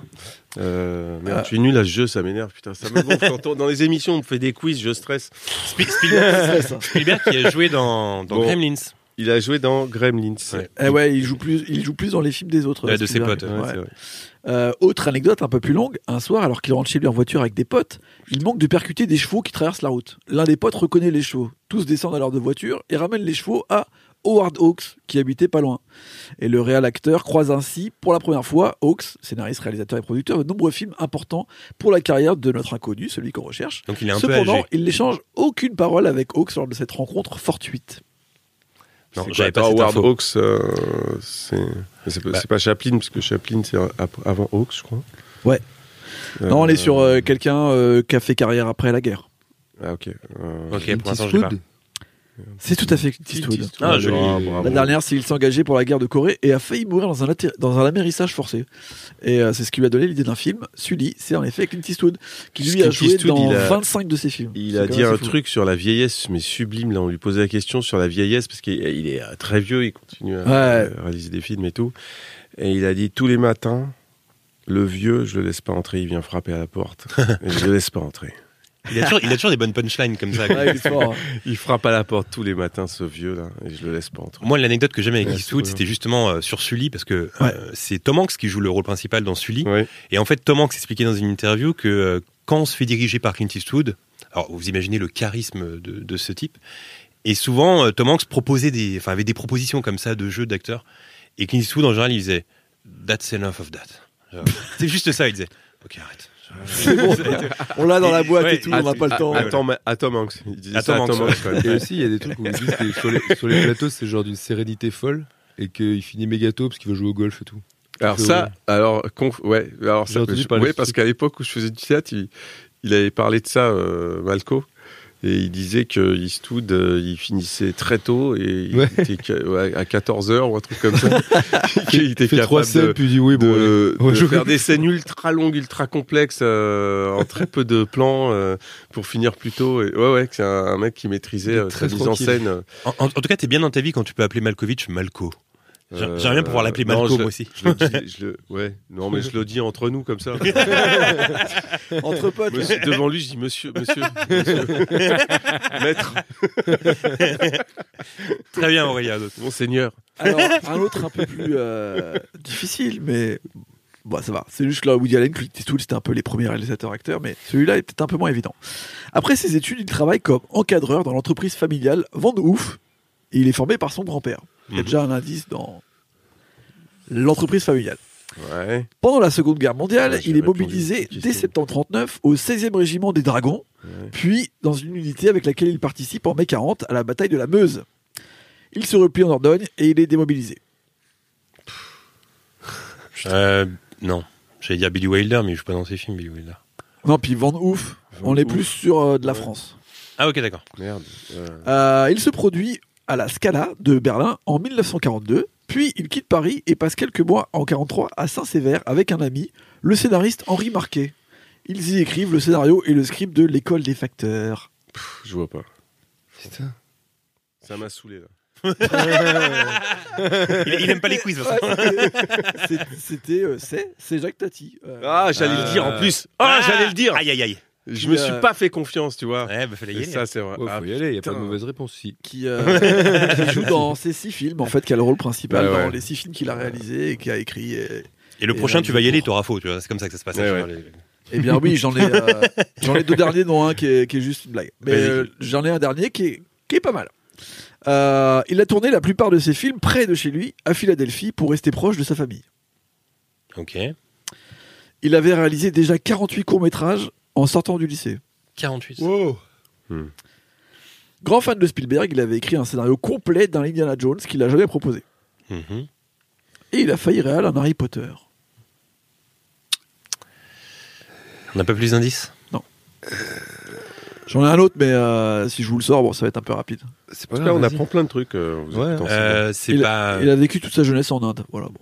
Euh, merde, Ah. tu es nul à ce jeu, ça m'énerve. Putain, ça me gonfle. Quand on- dans les émissions, on me fait des quiz, je stresse. Spi- Spielberg, C'est ça. Spielberg qui a joué dans, dans Bon. Gremlins. Il a joué dans Gremlins. Ouais. Eh ouais, il joue plus, il joue plus dans les films des autres. Ouais, de ses Spielberg. potes, Ouais, Ouais. c'est vrai. Euh, autre anecdote un peu plus longue, un soir, alors qu'il rentre chez lui en voiture avec des potes, il manque de percuter des chevaux qui traversent la route. L'un des potes reconnaît les chevaux. Tous descendent alors de voiture et ramènent les chevaux à Howard Hawks, qui habitait pas loin. Et le réal acteur croise ainsi, pour la première fois, Hawks, scénariste, réalisateur et producteur de nombreux films importants pour la carrière de notre inconnu, celui qu'on recherche. Donc il est un peu Cependant, âgé. il n'échange aucune parole avec Hawks lors de cette rencontre fortuite. Non, C'est j'avais quoi, pas cette Howard info. Hawks, euh, c'est c'est pas, Bah. c'est pas Chaplin, parce que Chaplin, c'est ap- avant Hawks, je crois. Ouais. Euh, Non, on est sur euh, quelqu'un euh, qui a fait carrière après la guerre. Ah, ok. Euh, Ok, Clint pour l'instant, je l'ai pas. Eastwood. C'est tout à fait Clint Clint Eastwood. Eastwood. Ah, joli. Ah, bravo. La dernière, c'est qu'il s'engageait pour la guerre de Corée et a failli mourir dans un, atterri- dans un amérissage forcé. Et euh, c'est ce qui lui a donné l'idée d'un film. Sully, c'est en effet Clint Eastwood, qui lui Clint a joué Eastwood, dans il a- vingt-cinq de ses films. Il C'est a quand dit même un assez fou. truc sur la vieillesse, mais sublime. Là, on lui posait la question sur la vieillesse, parce qu'il il est euh, très vieux, il continue à, Ouais. à réaliser des films et tout. Et il a dit, tous les matins, le vieux, je le laisse pas entrer, il vient frapper à la porte. Et je le laisse pas entrer. Il a toujours, il a toujours des bonnes punchlines comme ça. quoi. Ouais, il est fort, hein. Il frappe à la porte tous les matins, ce vieux-là, et je le laisse pas entrer. Moi, l'anecdote que j'aimais avec Ouais, Eastwood, c'est c'était justement euh, sur Sully, parce que Ouais. euh, c'est Tom Hanks qui joue le rôle principal dans Sully. Ouais. Et en fait, Tom Hanks expliquait dans une interview que euh, quand on se fait diriger par Clint Eastwood, alors vous imaginez le charisme de, de ce type, et souvent euh, Tom Hanks proposait des, enfin avait des propositions comme ça de jeux d'acteurs, et Clint Eastwood en général il disait That's enough of that. Genre, c'est juste ça, il disait. Ok, arrête. C'est bon, on l'a dans la boîte Ouais, et tout, on n'a att- pas le temps. Attends, mais à Tom Hanks. Il disait À ça Tom à Tom Hanks, Hanks, quand même. Et aussi, il y a des trucs où ils disent que sur les, sur les plateaux, c'est genre d'une sérénité folle et qu'il finit méga tôt parce qu'il va jouer au golf et tout. Alors C'est ça, horrible. alors, conf- ouais, alors J'ai ça, entendu je- parler ouais, de ce parce truc. qu'à l'époque où je faisais du théâtre, il, il avait parlé de ça, euh, Malco, et il disait que Eastwood, euh, il finissait très tôt et il Ouais. était ca- ouais, à quatorze heures ou un truc comme ça. il était Il fait trois capable scènes, de, puis il dit oui, bon, allez, de, on va de jouer. faire des scènes ultra longues, ultra complexes, euh, en très peu de plans, euh, pour finir plus tôt. Et, ouais, ouais, que c'est un, un mec qui maîtrisait Il est euh, très sa mise en tranquille. scène. euh, En, en- en tout cas, t'es bien dans ta vie quand tu peux appeler Malkovich Malco. J'a- J'aimerais bien pouvoir l'appeler non, Malcolm je le- aussi. Je le dis, je le- ouais, non, mais je le dis entre nous comme ça. Entre potes. Monsieur- devant lui, je dis monsieur, monsieur, monsieur. maître, Très bien, Aurélien. monseigneur. Alors, un autre un peu plus euh, difficile, mais bon, ça va. C'est juste que là, Woody Allen, Clint Eastwood, c'était un peu les premiers réalisateurs-acteurs, mais celui-là est peut-être un peu moins évident. Après ses études, il travaille comme encadreur dans l'entreprise familiale Van Hoof, et il est formé par son grand-père. Il y a Mhm. déjà un indice dans l'entreprise familiale. Ouais. Pendant la Seconde Guerre mondiale, Ouais, j'ai il est répondu à mobilisé cette dès question. septembre trente-neuf au seizième régiment des Dragons, Ouais. puis dans une unité avec laquelle il participe en mai quarante à la bataille de la Meuse. Il se replie en Dordogne et il est démobilisé. Euh, non. J'allais dire Billy Wilder, mais il joue pas dans ses films, Billy Wilder. Non, puis Van Hoof, Van on est Hoof. plus sur euh, de la Ouais. France. Ah, ok, d'accord. Merde. Euh, Euh, il se produit à la Scala de Berlin en mille neuf cent quarante-deux, puis il quitte Paris et passe quelques mois en quarante-trois à Saint-Sévère avec un ami, le scénariste Henri Marquet. Ils y écrivent le scénario et le script de L'école des facteurs. pff, je vois pas. Putain. Ça m'a saoulé là. il, il aime pas les quiz. Ouais, c'était- c'est- C'était, euh, c'est, c'est Jacques Tati. Euh, Ah, j'allais Euh, le dire en plus. Ah, j'allais le dire. Aïe, aïe, aïe. Je me Euh, suis pas fait confiance, tu vois. Ouais, bah fallait y Et aller. ça, c'est vrai. Ouais, Ah, faut y aller, il n'y a pas de putain. mauvaise réponse ici. qui, euh, qui joue dans ces six films, en fait, qui a le rôle principal Ouais, dans ouais. les six films qu'il a réalisés et qui a écrit. Et, Et le Et prochain, là, tu vas y du aller, coup- t'auras faux, tu vois. C'est comme ça que ça se passe. Ouais, hein, ouais. genre, les- Eh bien oui, j'en ai, euh, j'en ai deux derniers, dont un qui est, qui est juste une blague. Mais Vas-y. euh, j'en ai un dernier qui est, qui est pas mal. Euh, il a tourné la plupart de ses films près de chez lui, à Philadelphie, pour rester proche de sa famille. Ok. Il avait réalisé déjà quarante-huit courts-métrages en sortant du lycée. quarante-huit. Wow. Grand fan de Spielberg, il avait écrit un scénario complet d'un Indiana Jones qu'il a jamais proposé. Mhm. Et il a failli réaliser un Harry Potter. On n'a pas plus d'indices. J'en ai un autre, mais euh, si je vous le sors, bon, ça va être un peu rapide. C'est En pas tout cas, grave, on vas-y. apprend plein de trucs. euh, vous Ouais. écoutant, c'est Euh, c'est il, pas. il a vécu toute sa jeunesse en Inde. Voilà, bon.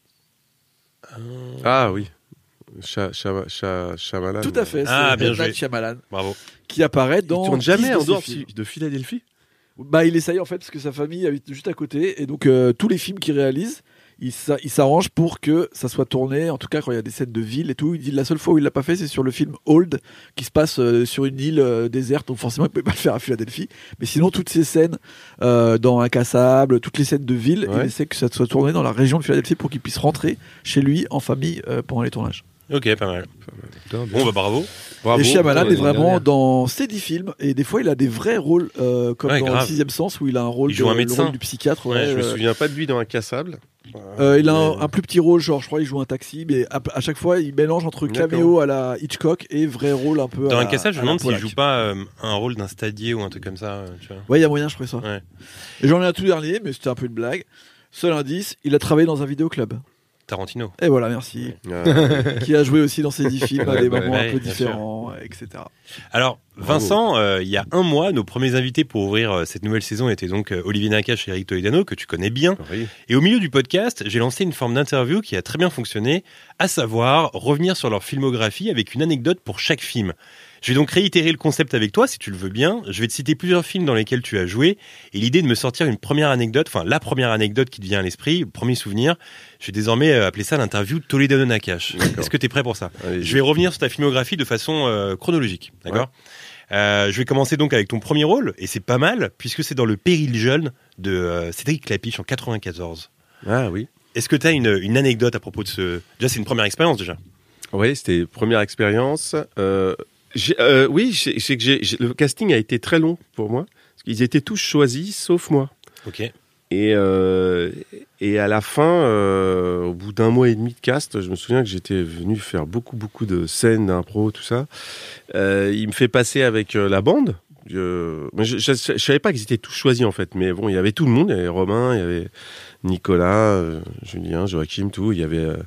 bon. Ah oui. Sha- Sha- Sha- Shyamalan. Tout à fait. Ah, c'est bien M. Night joué. Shyamalan, Bravo. qui apparaît Il dans. tourne jamais dix de en ses dehors films. de Philadelphie. Bah, il essaye en fait parce que sa famille habite juste à côté et donc euh, tous les films qu'il réalise, il s'a- il s'arrange pour que ça soit tourné. En tout cas, quand il y a des scènes de ville et tout, il dit la seule fois où il l'a pas fait, c'est sur le film Old qui se passe euh, sur une île euh, déserte. Donc forcément, il peut pas le faire à Philadelphie. Mais sinon, toutes ces scènes euh, dans Incassable, toutes les scènes de ville, Ouais. il essaie que ça soit tourné dans la région de Philadelphie pour qu'il puisse rentrer chez lui en famille euh, pendant les tournages. Ok, pas mal. Putain, bien. Bon, bah bravo. Bravo. et Shyamalan ouais, est vraiment dernière. dans ces dix films et des fois il a des vrais rôles euh, comme Ouais, dans grave. le Sixième Sens où il a un rôle Il joue de- un le médecin. rôle du psychiatre. Ouais, ouais, Je me euh, souviens pas de lui dans Incassable. Euh, il a un, Mais- un plus petit rôle, genre je crois il joue un taxi, mais à, à chaque fois il mélange entre D'accord. caméo à la Hitchcock et vrai rôle un peu. Dans à un la- cassage, je à me la demande s'il Pollack. joue pas euh, un rôle d'un stadier ou un truc comme ça. euh, Tu vois. Ouais, il y a moyen, je ferais ça. Ouais. Et j'en ai un tout dernier, mais c'était un peu une blague. Seul indice, il a travaillé dans un vidéoclub. Tarantino. Et voilà, merci. Ah, Qui a joué aussi dans ses dix films à des Ouais, moments ouais, un peu bien différents, et cetera. Alors, Vincent, euh, il y a un mois, nos premiers invités pour ouvrir euh, cette nouvelle saison étaient donc euh, Olivier Nakache et Eric Toledano, que tu connais bien. oui. Et au milieu du podcast, j'ai lancé une forme d'interview qui a très bien fonctionné, à savoir revenir sur leur filmographie avec une anecdote pour chaque film. Je vais donc réitérer le concept avec toi, si tu le veux bien. Je vais te citer plusieurs films dans lesquels tu as joué, et l'idée de me sortir une première anecdote, enfin la première anecdote qui te vient à l'esprit, le premier souvenir, je vais désormais euh, appeler ça l'interview Toledano-Nakache. D'accord. Est-ce que tu es prêt pour ça ? Allez, Je vais revenir sur ta filmographie de façon euh, chronologique, d'accord ? Euh, je vais commencer donc avec ton premier rôle, et c'est pas mal, puisque c'est dans Le Péril jeune de euh, Cédric Clapiche en quatre-vingt-quatorze. Ah oui. Est-ce que tu as une, une anecdote à propos de ce... Déjà, c'est une première expérience, déjà. Oui, c'était première expérience. Euh, j'ai- euh, oui, c'est c'est que j'ai- j'ai- le casting a été très long pour moi. Parce qu'ils étaient tous choisis, sauf moi. Ok. Et, euh, et à la fin, euh, au bout d'un mois et demi de cast, je me souviens que j'étais venu faire beaucoup, beaucoup de scènes d'impro, tout ça. Euh, il me fait passer avec euh, la bande. Euh, mais je, je, je savais pas qu'ils étaient tous choisis en fait, mais bon, il y avait tout le monde. Il y avait Romain, il y avait Nicolas, euh, Julien, Joachim, tout. Il y avait euh,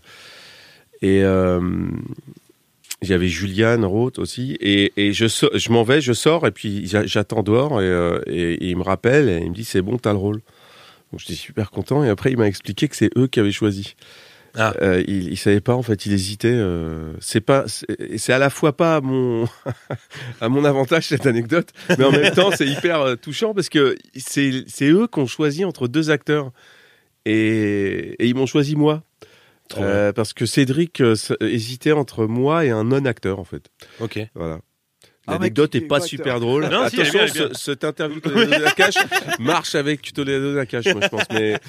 et euh, il y avait Juliane Roth aussi. Et, et je, so- je m'en vais, je sors et puis j'a- j'attends dehors et, euh, et, et il me rappelle et il me dit c'est bon, t'as le rôle. Donc j'étais super content et après il m'a expliqué que c'est eux qui avaient choisi. Ah. Euh, il, il savait pas en fait, il hésitait. Euh, c'est pas, c'est, c'est à la fois pas à mon à mon avantage cette anecdote, mais en même temps c'est hyper euh, touchant parce que c'est c'est eux qui ont choisi entre deux acteurs et, et ils m'ont choisi moi. Euh, parce que Cédric euh, hésitait entre moi et un non-acteur en fait. Ok. Voilà. Ah, L'anecdote mec, est pas qui est super acteur. drôle. Non, si, elle est Attention, bien, elle est bien. ce- cette interview de Toledo Nakash marche avec Toledo Nakash, moi je pense. Mais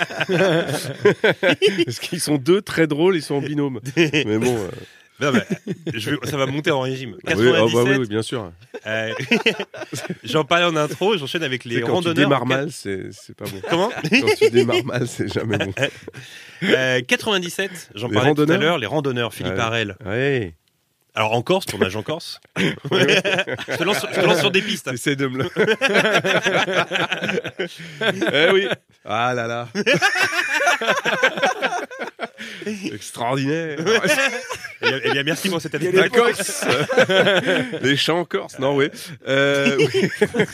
parce qu'ils sont deux très drôles, ils sont en binôme. Mais bon. euh, Non, bah, je vais- ça va monter en régime. Oui, oh, quatre-vingt-dix-sept, bah oui, oui, bien sûr. euh, j'en parlais en intro, j'enchaîne avec les Tu sais, quand tu randonneurs. démarres mal, c'est c'est pas bon. Comment Quand tu démarres mal, c'est jamais bon. Euh, quatre-vingt-dix-sept, j'en Les parlais tout à randonneurs l'heure, les randonneurs, Philippe Ouais. Harel. Ouais. Alors en Corse, tournage en Corse. je, te lance, sur- je te lance sur des pistes. T'essaies de me le. Eh oui. Ah là là. Extraordinaire. Eh bien, eh bien, merci pour cette Il y a anecdote. La Corse. Les chants en Corse. Non, oui. Euh, oui.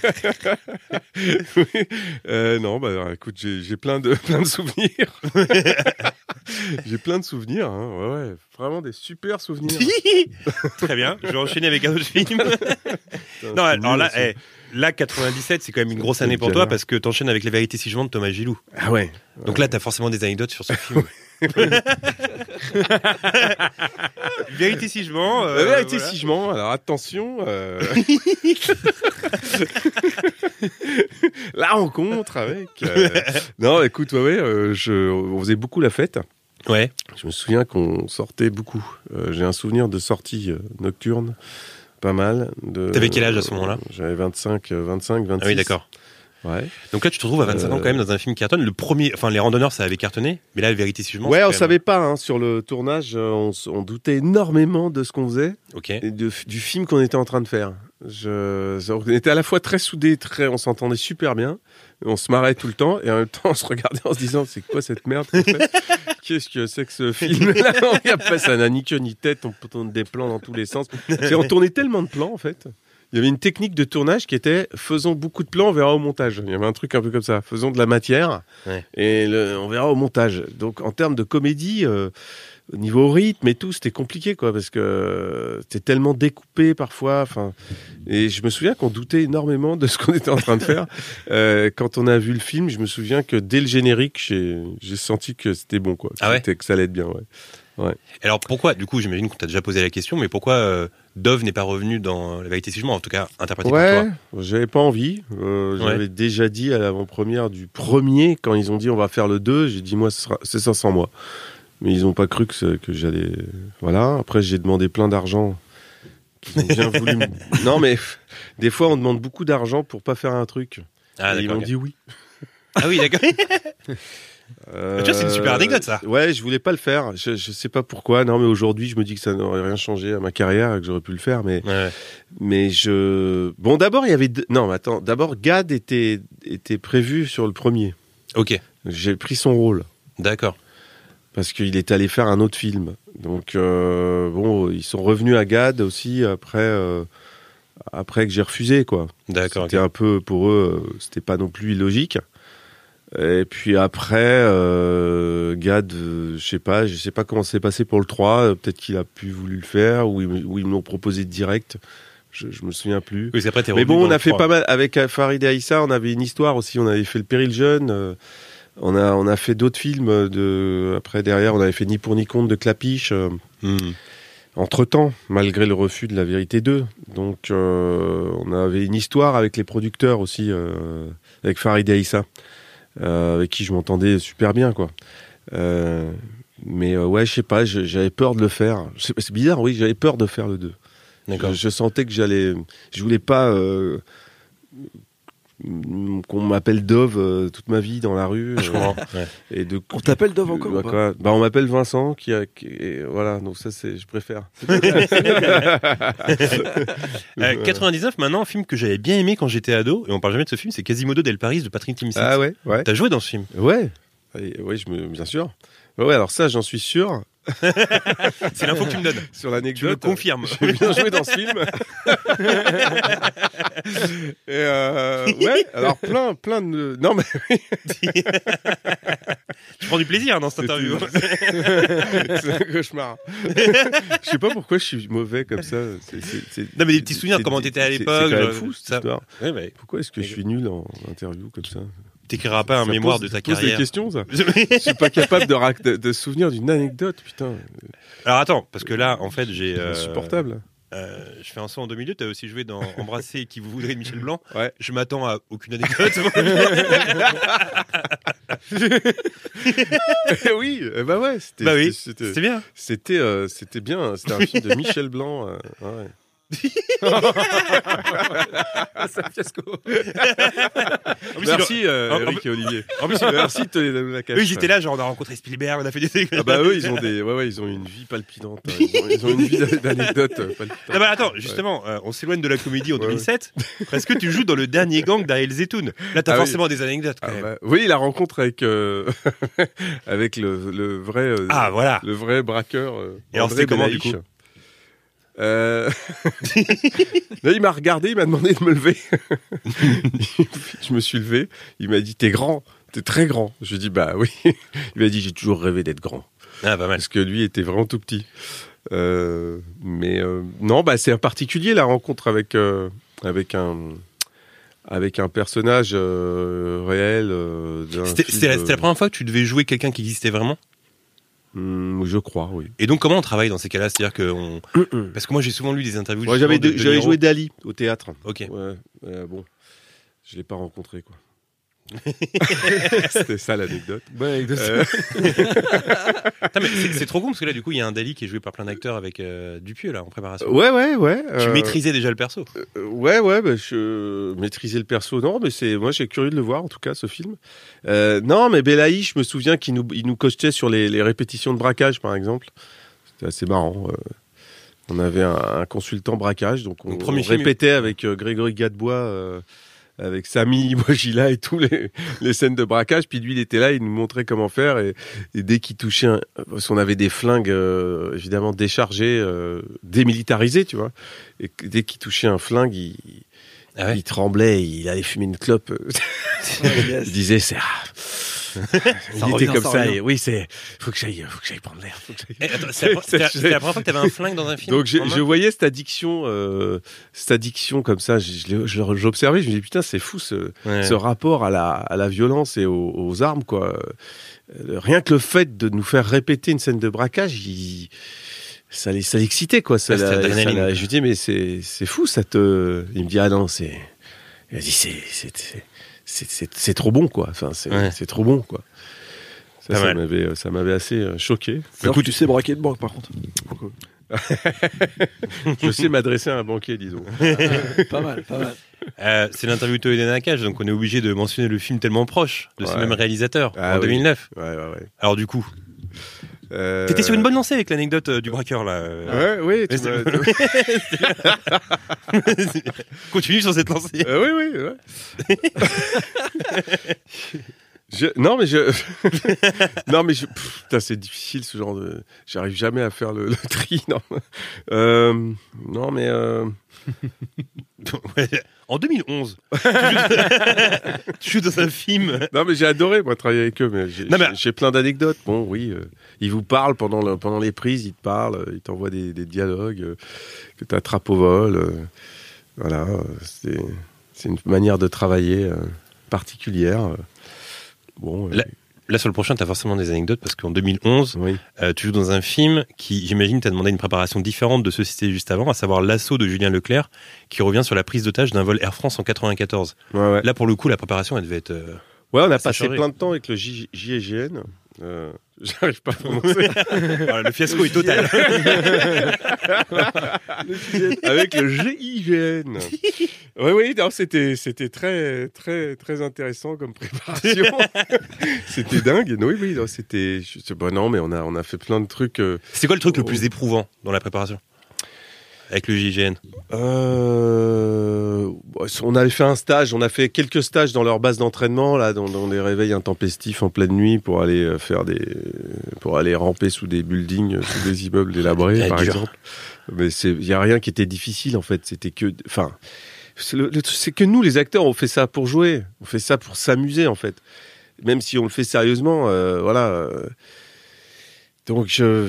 Oui. Euh, non, bah alors, écoute, j'ai j'ai plein de, plein de souvenirs. J'ai plein de souvenirs. Hein. Ouais, ouais. Vraiment des super souvenirs. Très bien, je vais enchaîner avec un autre film. non, alors là, eh, là, quatre-vingt-dix-sept, c'est quand même une grosse année pour toi parce que t'enchaînes avec Les Vérités si je mens de Thomas Gilou. Ah ouais. Donc là, t'as forcément des anecdotes sur ce film. Vérité si je mens. euh, La vérité, voilà. si je mens, alors attention. euh, La rencontre avec. euh, Non, écoute, ouais, ouais, euh, je... on faisait beaucoup la fête. Ouais. Je me souviens qu'on sortait beaucoup. Euh, J'ai un souvenir de sorties euh, nocturnes, pas mal. De... T'avais quel âge à ce moment-là ? J'avais vingt-cinq, euh, vingt-cinq, vingt-six. Ah oui, d'accord. Ouais. Donc là, tu te retrouves à vingt-cinq ans Euh, quand même dans un film qui cartonne. Le premier, enfin, Les Randonneurs, ça avait cartonné. Mais là, La Vérité si je mens. Ouais, c'est on quand même- savait pas hein, sur le tournage. euh, On, s- on doutait énormément de ce qu'on faisait Ok. et de- du film qu'on était en train de faire. Je, je- on était à la fois très soudés, très, on s'entendait super bien, on se marrait tout le temps et en même temps on se regardait en se disant c'est quoi cette merde qu'on fait. Qu'est-ce que c'est que ce film-là? Et après ça n'a ni queue ni tête, on tourne des plans dans tous les sens. C'est- on tournait tellement de plans en fait. Il y avait une technique de tournage qui était faisons beaucoup de plans, on verra au montage. Il y avait un truc un peu comme ça, faisons de la matière Ouais. et le- on verra au montage. Donc en termes de comédie, euh, au niveau rythme et tout, c'était compliqué quoi, parce que euh, c'était tellement découpé parfois. Enfin, et je me souviens qu'on doutait énormément de ce qu'on était en train de faire. Euh, quand on a vu le film, je me souviens que dès le générique, j'ai j'ai senti que c'était bon quoi, que, Ah ouais c'était- que ça allait être bien. Ouais. Alors pourquoi, du coup, j'imagine qu'on t'a déjà posé la question, mais pourquoi euh, Dove n'est pas revenu dans La Vérité si je mens, en tout cas interprété Ouais, par toi? j'avais pas envie. Euh, J'avais Ouais. déjà dit à l'avant-première du premier, quand ils ont dit on va faire le deux, j'ai dit moi ce sera- c'est ça sans moi. Mais ils ont pas cru que, ce- que j'allais. Voilà. Après j'ai demandé plein d'argent. Ils ont bien voulu. me- Non mais pff, des fois on demande beaucoup d'argent pour pas faire un truc. Ah Et ils d'accord. m'ont ok. dit oui. Ah oui, d'accord. Euh, Tu vois, c'est une super anecdote, ça. Ouais, je voulais pas le faire. Je, je sais pas pourquoi. Non mais aujourd'hui je me dis que ça n'aurait rien changé à ma carrière et que j'aurais pu le faire. Mais Ouais. Mais je. Bon, d'abord, il y avait. deux- Non, mais attends. D'abord, Gad était, était prévu sur le premier. Ok, J'ai pris son rôle. d'accord. Parce qu'il est allé faire un autre film. Donc, euh, bon, ils sont revenus à Gad aussi après, euh, après que j'ai refusé, quoi. D'accord. C'était ok. un peu, pour eux, euh, c'était pas non plus illogique. Et puis après, euh, Gad, euh, je sais pas, je sais pas comment c'est passé pour le trois. euh, Peut-être qu'il a pu voulu le faire, ou ils, m- ou ils me l'ont proposé direct. Je, je me souviens plus. Oui, c'est après, t'es Mais revenu bon, dans on a le fait trois. pas mal avec euh, Farid et Aïssa. On avait une histoire aussi. On avait fait le Péril jeune. euh, on a on a fait d'autres films. De après derrière, on avait fait Ni pour ni contre de Clapiche. euh, Hmm. entre temps, malgré le refus de La Vérité deux. Donc, euh, on avait une histoire avec les producteurs aussi, euh, avec Farid et Aïssa, euh, avec qui je m'entendais super bien, quoi. Euh, mais euh, ouais, je sais pas, je- j'avais peur de le faire. C'est c'est bizarre, oui, j'avais peur de faire le deux. D'accord. Je, je sentais que j'allais. Je voulais pas euh, qu'on m'appelle Dove euh, toute ma vie dans la rue. Je euh, comprends. Ouais. et de, On t'appelle Dove encore bah, ou pas quoi. Bah, on m'appelle Vincent, qui a. Qui, et voilà, donc ça, c'est, je préfère. Euh, quatre-vingt-dix-neuf, maintenant, un film que j'avais bien aimé quand j'étais ado, et on parle jamais de ce film, c'est Quasimodo del Paris de Patrick Timsit. Ah ouais, ouais. T'as joué dans ce film? Ouais. Et- ouais, je me, bien sûr. Ouais, ouais, alors ça, j'en suis sûr. C'est l'info que tu me donnes. Sur Tu me l'anecdote. confirmes. J'ai bien joué dans ce film. Et euh, ouais, alors plein, plein de. Non, mais Je prends du plaisir dans cette interview. c'est un cauchemar. Je sais pas pourquoi je suis mauvais comme ça. C'est, c'est, c'est- Non, mais des petits souvenirs, c'est- comment t'étais à c'est- l'époque, C'est quand même je- fou cette ça- histoire. Ouais, ouais. Pourquoi est-ce que je suis nul en interview comme ça? T'écriras pas un Ça mémoire pose- de ta ça pose des carrière. questions, ça. Je suis pas capable de, rac- de, de souvenir d'une anecdote, putain. Alors attends, parce que là, en fait, j'ai. C'est euh, insupportable. euh, je fais un saut en deux minutes. T'as aussi joué dans Embrasser qui vous voudrez de Michel Blanc. Ouais. Je m'attends à aucune anecdote. Oui, eh bah ouais, c'était, Bah oui, c'était, C'était bien. c'était, euh, c'était bien. C'était un film de Michel Blanc. euh, ouais. C'est un fiasco. En plus, Merci, euh, en- en- Eric et Olivier. En plus, Merci de te les donner la cache. eux, ils étaient là, genre on a rencontré Spielberg, on a fait des. Ah bah eux, ils ont des, ouais, ouais, ils ont une vie palpitante. hein. Ils ont, ils ont une vie d'anecdotes euh, palpitante. Non, bah attends, justement, euh, on s'éloigne de la comédie en Ouais, deux mille sept. Parce que tu joues dans le dernier gang d'Ariel Zetoun. Là, t'as Ah oui. forcément des anecdotes quand Ah même. bah, oui, la rencontre avec euh, avec le, le vrai euh, Ah, voilà. le vrai braqueur. euh, Et alors, André c'était comment, du Belaïch. coup Euh, Là, il m'a regardé, il m'a demandé de me lever. Je me suis levé. Il m'a dit, t'es grand, t'es très grand. Je lui ai dit, bah oui. Il m'a dit, j'ai toujours rêvé d'être grand. Ah, pas mal. Parce que lui était vraiment tout petit. Euh, mais euh, non, bah c'est un particulier la rencontre avec euh, avec un avec un personnage euh, réel. euh, d'un C'était film, c'était la, c'était la euh, première fois que tu devais jouer quelqu'un qui existait vraiment. hum, je crois, oui. Et donc, comment on travaille dans ces cas-là? C'est-à-dire que. On... Parce que moi, j'ai souvent lu des interviews. Moi, j'avais justement, de- de- de j'avais Niro. joué Dali au théâtre. Ok. Ouais, euh, bon, je l'ai pas rencontré quoi. C'était ça l'anecdote. Bonne anecdote. Euh, Putain, mais c'est c'est trop con parce que là, du coup, il y a un Dali qui est joué par plein d'acteurs avec euh, Dupieux là en préparation. ouais, ouais, ouais. Tu euh, maîtrisais déjà le perso. Euh, ouais, ouais, bah, je maîtrisais le perso. Non, mais c'est moi, j'ai curieux de le voir, en tout cas, ce film. Euh, non, mais Belaïch, je me souviens qu'il nous, il nous coachait sur les, les répétitions de braquage, par exemple. C'était assez marrant. euh. On avait un, un consultant braquage, donc on, Donc, premier on film- répétait avec euh, Grégory Gadebois, euh, avec Samy Bouagila et tous les, les scènes de braquage. Puis lui, il était là, il nous montrait comment faire. Et, et dès qu'il touchait, un, parce qu'on avait des flingues euh, évidemment déchargées, euh, démilitarisées, tu vois. Et que- dès qu'il touchait un flingue, il, Ah ouais. il tremblait, il allait fumer une clope. Il disait, c'est. ah. il Ça était revient, comme ça ça. revient. Et, oui, c'est. Faut que j'aille, faut que j'aille prendre l'air. faut que j'aille- Eh, attends, c'est la, c'est la- c'est la première fois que t'avais un flingue dans un film. Donc je, en main je voyais cette addiction, euh, cette addiction comme ça. Je, je l'ai- je- j'observais, je me dis putain, c'est fou ce, Ouais. ce rapport à la, à la violence et aux, aux armes, quoi. Euh, rien que le fait de nous faire répéter une scène de braquage, il- ça l'est- ça l'excitait, quoi. Ça Ouais, c'était l'a- l'adrénaline, ça l'a- quoi. je lui dis mais c'est c'est fou, ça te. Il me dit ah non, c'est. Il a dit c'est c'est c'est- c'est c'est- c'est trop bon, quoi. Enfin c'est Ouais. c'est trop bon, quoi. Ça, Pas ça mal. m'avait ça m'avait assez euh, choqué. Alors que tu sais braquer une banque, par contre. Je sais m'adresser à un banquier, disons. Pas mal, pas mal. Euh, c'est l'interview de Toledana Nakache, donc on est obligé de mentionner le film tellement proche de ce Ouais. même réalisateur Ah en oui. deux mille neuf. Ouais ouais ouais. Alors du coup, Euh, t'étais sur une bonne lancée avec l'anecdote euh, du braqueur là. euh. Ouais, oui, tu Mais m'as- Continue sur cette lancée. Euh, oui, oui, ouais. Je- Non, mais je. non, mais je. Pff, putain, c'est difficile ce genre de. J'arrive jamais à faire le, le tri. Non, Euh, non mais. euh, Ouais. En deux mille onze, tu joues dans un film. Non, mais j'ai adoré, moi, travailler avec eux. Mais j'ai Non, mais- j'ai- j'ai plein d'anecdotes. Bon, oui. euh, Ils vous parlent pendant, le- pendant les prises, ils te parlent, euh, ils t'envoient des, des dialogues euh, que tu attrapes au vol. euh, Voilà. euh, C'est c'est une manière de travailler euh, particulière. euh. Bon. euh, La- Là sur le prochain, t'as forcément des anecdotes parce qu'en deux mille onze, Oui. euh, tu joues dans un film qui, j'imagine, t'a demandé une préparation différente de ce que c'était juste avant, à savoir L'assaut de Julien Leclerc, qui revient sur la prise d'otage d'un vol Air France en quatre-vingt-quatorze. Ouais, ouais. Là, pour le coup, la préparation, elle devait être. euh, Ouais, on a Ça passé changeait. plein de temps avec le J- J G N. Euh, J'arrive pas à prononcer. voilà, le fiasco est total. Avec le G I G N. Oui, oui, non, c'était, c'était très, très, très intéressant comme préparation. C'était dingue. Oui, oui, non, c'était. Je sais pas, non, mais on a, on a fait plein de trucs. euh, C'est quoi le truc le plus éprouvant dans la préparation avec le J G N? Euh, on avait fait un stage, on a fait quelques stages dans leur base d'entraînement, là, dans, dans des réveils intempestifs en pleine nuit pour aller euh, faire des, pour aller ramper sous des buildings, euh, sous des immeubles délabrés, Ah, par dur. exemple. Mais c'est, il y a rien qui était difficile en fait. C'était que, enfin, c'est, le- le truc, c'est que nous, les acteurs, on fait ça pour jouer, on fait ça pour s'amuser en fait. Même si on le fait sérieusement, euh, voilà. euh, donc je,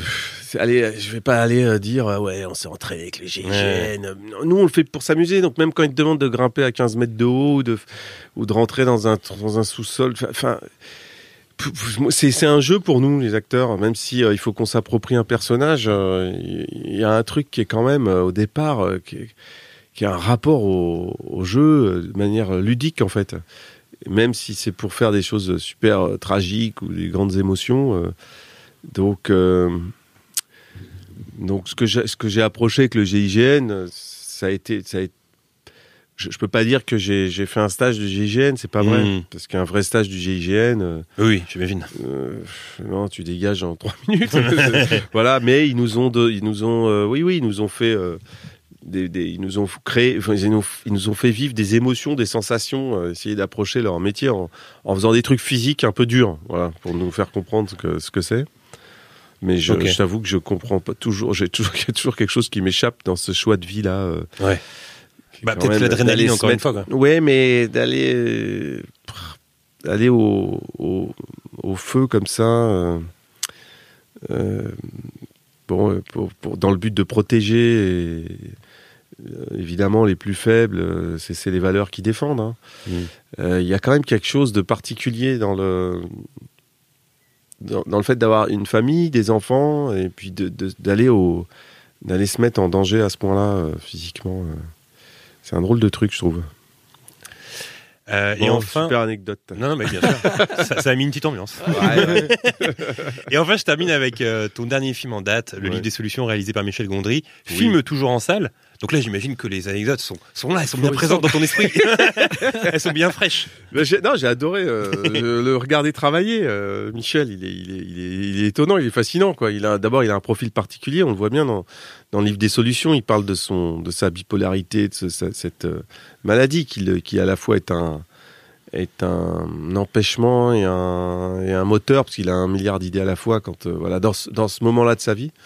c'est- allez, je vais pas aller euh, dire euh, ouais, on s'est entraîné avec les G I G N. Nous, on le fait pour s'amuser. Donc même quand ils te demandent de grimper à quinze mètres de haut ou de, ou de rentrer dans un, dans un sous-sol, enfin, p- p- c'est, c'est un jeu pour nous, les acteurs. Même si euh, il faut qu'on s'approprie un personnage, euh, il y, y a un truc qui est quand même euh, au départ, euh, qui, est, qui a un rapport au, au jeu euh, de manière ludique en fait. Même si c'est pour faire des choses super euh, tragiques ou des grandes émotions. Euh, donc, euh, donc ce que j'ai, ce que j'ai approché avec le G I G N, ça a été, ça a été je, je peux pas dire que j'ai, j'ai fait un stage du G I G N, c'est pas vrai, Mmh. parce qu'un vrai stage du G I G N, euh, Oui, j'imagine. euh, non, tu dégages en trois minutes. Voilà, mais ils nous ont, de, ils nous ont, euh, oui, oui, ils nous ont fait. Euh, Des, des, ils nous ont créé, enfin, ils, nous, ils nous ont fait vivre des émotions, des sensations, euh, essayer d'approcher leur métier en, en faisant des trucs physiques un peu durs, voilà, pour nous faire comprendre ce que, ce que c'est. Mais je, Ok. je t'avoue que je comprends pas toujours, j'ai toujours, il y a toujours quelque chose qui m'échappe dans ce choix de vie là. Euh, Ouais. qui est Bah, quand peut-être même l'adrénaline, d'aller se encore une mettre- fois, quoi. Ouais, mais d'aller, euh, aller au, au, au feu comme ça. Euh, euh, bon, euh, pour, pour, dans le but de protéger. Et, Euh, évidemment, les plus faibles, euh, c'est, c'est les valeurs qu'ils défendent. hein. Mm. Euh, Il y a quand même quelque chose de particulier dans le, dans, dans le fait d'avoir une famille, des enfants, et puis de, de- d'aller, au, d'aller se mettre en danger à ce point-là, euh, physiquement. euh. C'est un drôle de truc, je trouve. Euh, et Bon, enfin. super anecdote. Non, non, mais bien sûr. ça, ça a mis une petite ambiance. Ouais, ouais. Et enfin, je termine avec euh, ton dernier film en date, Le Ouais. Livre des Solutions, réalisé par Michel Gondry. Oui. Film toujours en salle. Donc là, j'imagine que les anecdotes sont, sont là, elles sont bien présentes dans ton esprit. Elles sont bien fraîches. Mais j'ai, non, j'ai adoré euh, le, le regarder travailler. euh, Michel, il est, il, est, il, est, il est étonnant, il est fascinant. Quoi. Il a, d'abord, il a un profil particulier, on le voit bien dans, dans le livre des solutions. Il parle de, son, de sa bipolarité, de ce- sa- cette euh, maladie qui, le- qui à la fois est un, est un empêchement et un, et un moteur, parce qu'il a un milliard d'idées à la fois quand, euh, voilà, dans, ce- dans ce moment-là de sa vie.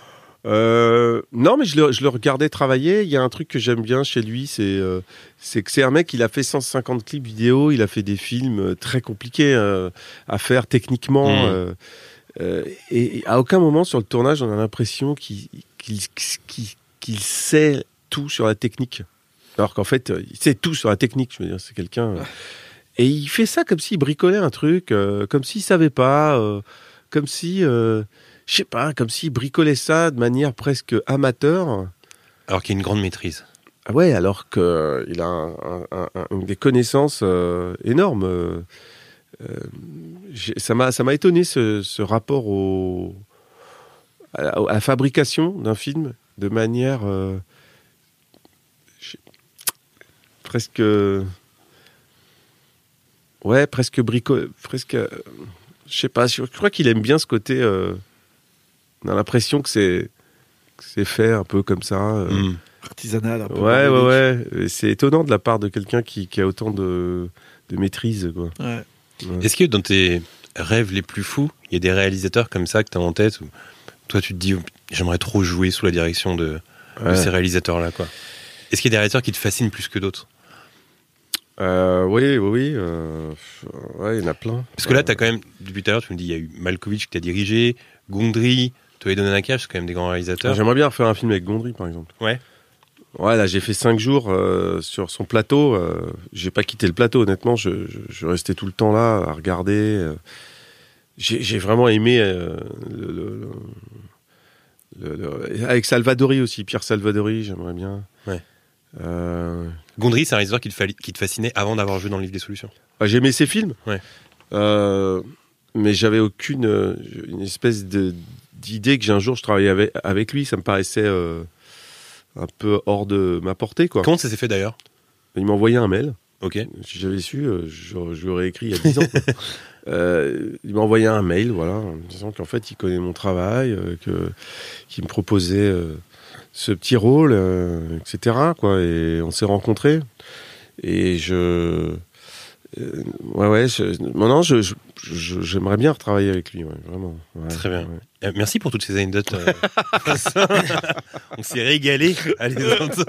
Euh, non, mais je le, je le regardais travailler. Il y a un truc que j'aime bien chez lui, c'est, euh, c'est que c'est un mec, il a fait cent cinquante clips vidéo, il a fait des films euh, très compliqués euh, à faire techniquement. Mmh. euh, euh, et, et à aucun moment sur le tournage, on a l'impression qu'il, qu'il, qu'il, qu'il sait tout sur la technique. Alors qu'en fait, euh, il sait tout sur la technique. Je veux dire, c'est quelqu'un. euh, et il fait ça comme s'il bricolait un truc, euh, comme s'il savait pas, euh, comme si. Euh, je sais pas, comme s'il bricolait ça de manière presque amateur. Alors qu'il y a une grande maîtrise. Ah ouais, alors qu'il a un, un, un, un- des connaissances euh, énormes. Euh, euh, j'ai- ça, m'a, ça m'a étonné ce, ce rapport au, à, la, à la fabrication d'un film de manière euh, j'ai- presque. Ouais, presque brico. Presque. euh, je sais pas, je crois qu'il aime bien ce côté. Euh, on a l'impression que c'est, que c'est fait un peu comme ça. euh, Mm. Artisanal, un peu. Ouais, ouais, bordélique. ouais. Et c'est étonnant de la part de quelqu'un qui, qui a autant de, de maîtrise, quoi. Ouais. Ouais. Est-ce que dans tes rêves les plus fous, il y a des réalisateurs comme ça que tu as en tête où toi tu te dis j'aimerais trop jouer sous la direction de, de Ouais. ces réalisateurs-là, quoi. Est-ce qu'il y a des réalisateurs qui te fascinent plus que d'autres? Euh, oui, oui, oui. euh, ouais, il y en a plein. Parce que là, tu as quand même, depuis tout à l'heure, tu me dis, il y a eu Malkovich que tu as dirigé, Gondry, Toledo Nakash, c'est quand même des grands réalisateurs. J'aimerais bien faire un film avec Gondry, par exemple. Ouais. Ouais, là, j'ai fait cinq jours euh, sur son plateau. Euh, j'ai pas quitté le plateau, honnêtement. Je, je, je restais tout le temps là à regarder. euh. J'ai, j'ai vraiment aimé euh, le, le- le- le- le- avec Salvadori aussi, Pierre Salvadori, j'aimerais bien. Ouais. Euh, Gondry, c'est un réalisateur qui te, fa- qui te fascinait avant d'avoir joué dans le Livre des Solutions. ah, j'aimais ses films. Ouais. Euh, mais j'avais aucune euh, une espèce de d'idée que j'ai un jour je travaillais avec, avec lui. Ça me paraissait euh, un peu hors de ma portée, quoi. Comment ça s'est fait d'ailleurs? Il m'a envoyé un mail. Ok. Si j'avais su, euh, je, je lui aurais écrit il y a dix ans. Euh, il m'a envoyé un mail, voilà, en me disant qu'en fait, il connaît mon travail, euh, que, qu'il me proposait euh, ce petit rôle, euh, et cetera, quoi. Et on s'est rencontrés. Et je... euh, ouais, ouais. Je, maintenant, je, je, je- j'aimerais bien retravailler avec lui, ouais, vraiment. Ouais, Très bien. ouais. Euh, Merci pour toutes ces anecdotes. euh. On s'est régalé à les entendre.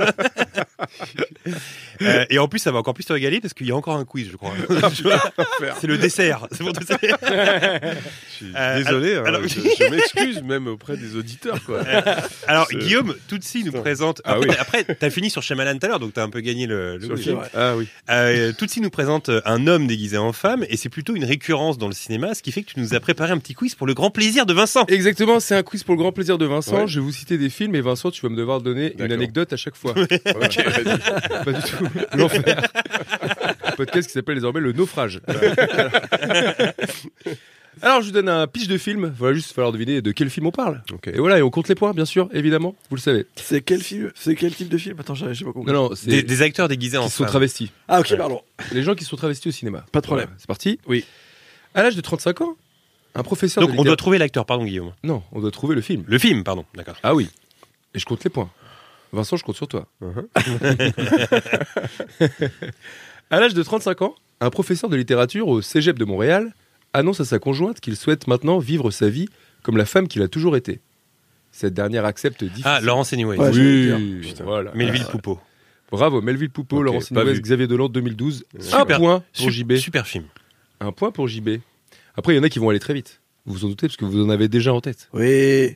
Euh, et en plus, ça va encore plus te régaler parce qu'il y a encore un quiz, je crois. C'est le dessert. C'est pour te dire. Je suis Euh, désolé, hein, alors- je, je m'excuse même auprès des auditeurs, quoi. Alors, C'est- Guillaume, Tootsie nous Putain. présente. Ah Après, oui. après, t'as fini sur Shyamalan tout à l'heure, donc t'as un peu gagné le, le Sur le quiz. film. Ah oui. Euh, Tootsie nous présente un homme déguisé en femme, et c'est plutôt une récurrence dans le cinéma, ce qui fait que tu nous as préparé un petit quiz pour le grand plaisir de Vincent. Exactement, c'est un quiz pour le grand plaisir de Vincent. Ouais. Je vais vous citer des films et Vincent, tu vas me devoir donner une D'accord. anecdote à chaque fois. Ok, vas-y. Pas du tout. L'enfer. Un podcast qui s'appelle désormais Le Naufrage. Alors, je vous donne un pitch de film. Voilà, juste, il va falloir deviner de quel film on parle. Ok. Et voilà, et on compte les points, bien sûr, évidemment. Vous le savez. C'est quel film C'est quel type de film Attends, j'ai j'ai pas compris. Non, non, c'est Des, des acteurs déguisés en qui sont femme. travestis. Ah, ok, pardon. Les gens qui sont travestis au cinéma. Pas de problème. Voilà, c'est parti. Oui. À l'âge de trente-cinq ans, un professeur Donc, de on doit littérature... trouver l'acteur, pardon, Guillaume. Non, on doit trouver le film. Le film, pardon, d'accord. Ah oui. Et je compte les points. Vincent, je compte sur toi. À l'âge de trente-cinq ans, un professeur de littérature au Cégep de Montréal annonce à sa conjointe qu'il souhaite maintenant vivre sa vie comme la femme qu'il a toujours été. Cette dernière accepte difficilement. Ah, Laurence Anyway. Ouais, j'allais oui, Putain. voilà. Melville Poupeau. Bravo, Melville Poupeau, Ok, Laurence pas Inouès, vu. Xavier Dolan, deux mille douze. Un Super. point pour Sup- J B. Super film. Un point pour J B. Après, il y en a qui vont aller très vite. Vous vous en doutez, parce que vous en avez déjà en tête. Oui.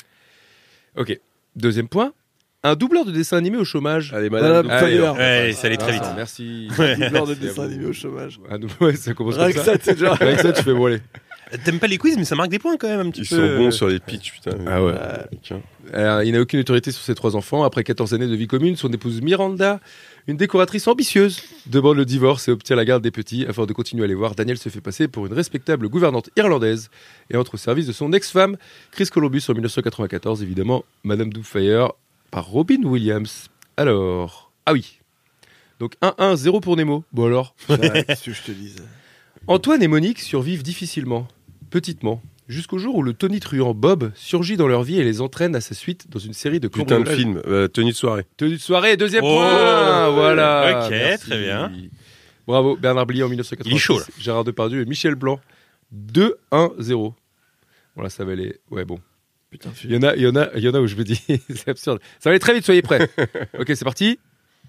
Ok. Deuxième point. Un doubleur de dessin animé au chômage. Allez, Madame madame. Feuillère. Allez, Ouais, ça allait très vite. Vincent, merci. Doubleur de Merci à dessin vous. animé au chômage. Ah, nou- ouais, ça commence Rien comme que ça. ça, c'est déjà. Avec ça, tu fais bon, allez. T'aimes pas les quiz, mais ça marque des points quand même un petit Ils peu. sont bons sur les pitchs, putain. Ah ouais. Euh, tiens. Alors, il n'a aucune autorité sur ses trois enfants. Après quatorze années de vie commune, son épouse Miranda, une décoratrice ambitieuse, demande le divorce et obtient la garde des petits. Afin de continuer à les voir, Daniel se fait passer pour une respectable gouvernante irlandaise et entre au service de son ex-femme, Chris Columbus, en dix-neuf cent quatre-vingt-quatorze, évidemment, Madame Doubtfire, par Robin Williams. Alors, ah oui. Donc un un zéro pour Nemo. Bon alors, Ouais, qu'est-ce que je te dise. Antoine et Monique survivent difficilement, petitement, jusqu'au jour où le tonitruant Bob surgit dans leur vie et les entraîne à sa suite dans une série de Putain de cambriolages. film, euh, tenue de soirée. Tenue de soirée, deuxième Oh, point. Voilà. ok, Merci. très bien. Bravo, Bernard Blier en mille neuf cent quatre-vingt-six. Il est chaud, là. Gérard Depardieu et Michel Blanc. deux un zéro. Voilà, ça va aller. Ouais, bon. Putain, Il y en a, il y en a, il y en a où je me dis, c'est absurde. Ça va aller très vite, soyez prêts. Ok, c'est parti.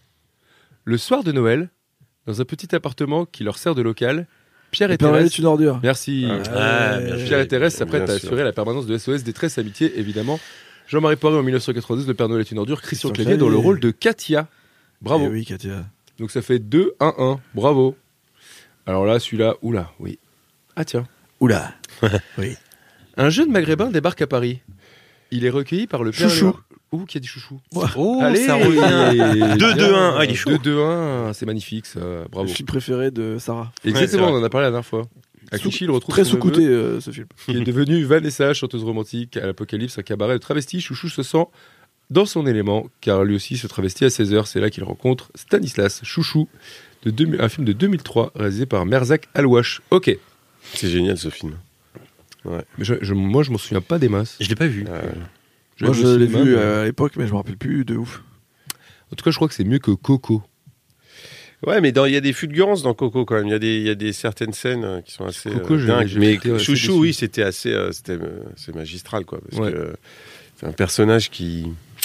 Le soir de Noël, dans un petit appartement qui leur sert de local, Pierre et Le Père Noël Thérèse. est une ordure. Merci. Ah, bien Ouais. joué. Pierre et Thérèse s'apprêtent Bien à sûr. assurer la permanence de S O S Détresse Amitié, évidemment. Jean-Marie Poiré en mille neuf cent quatre-vingt-douze, Le Père Noël est une ordure. Christian Christian Clavier dans le Clavier. rôle de Katia. Bravo. Eh oui, Katia. Donc ça fait deux un un. Bravo. Alors là, celui-là, oula, oui. Ah tiens. Oula. Oui. Un jeune maghrébin débarque à Paris. Il est recueilli par le père. Chouchou. Léon- Ouh, qui a dit chouchou. Oh, Allez, ça revient. deux deux un. Ah, il est chaud. deux deux un, c'est magnifique ça. Bravo. Le film préféré de Sarah. Exactement, Ouais, c'est on en a parlé la dernière fois. À Sous- Clichy, il retrouve Très son sous-coûté neveu, euh, ce film. qui est devenue Vanessa, chanteuse romantique à l'Apocalypse, un cabaret de travestis. Chouchou se sent dans son élément, car lui aussi se travestit à seize heures. C'est là qu'il rencontre Stanislas Chouchou, de deux mille un film de deux mille trois, réalisé par Merzak Alouache. Ok. C'est génial ce film. Mais je, je- moi, je m'en souviens pas des masses. Je l'ai pas vu. Euh, Je Moi, l'ai je vu au l'ai cinéma, vu mais- euh, à l'époque, mais je me rappelle plus de ouf. En tout cas, je crois que c'est mieux que Coco. Ouais, mais dans- il y a des fulgurances dans Coco quand même. Il y a des, il y a des certaines scènes euh, qui sont assez Coco, euh, j'ai- dingues. j'ai Mais été assez Chouchou, déçu. oui, c'était assez, euh, c'était, euh, c'est magistral quoi, parce Ouais. que euh, c'est un personnage qui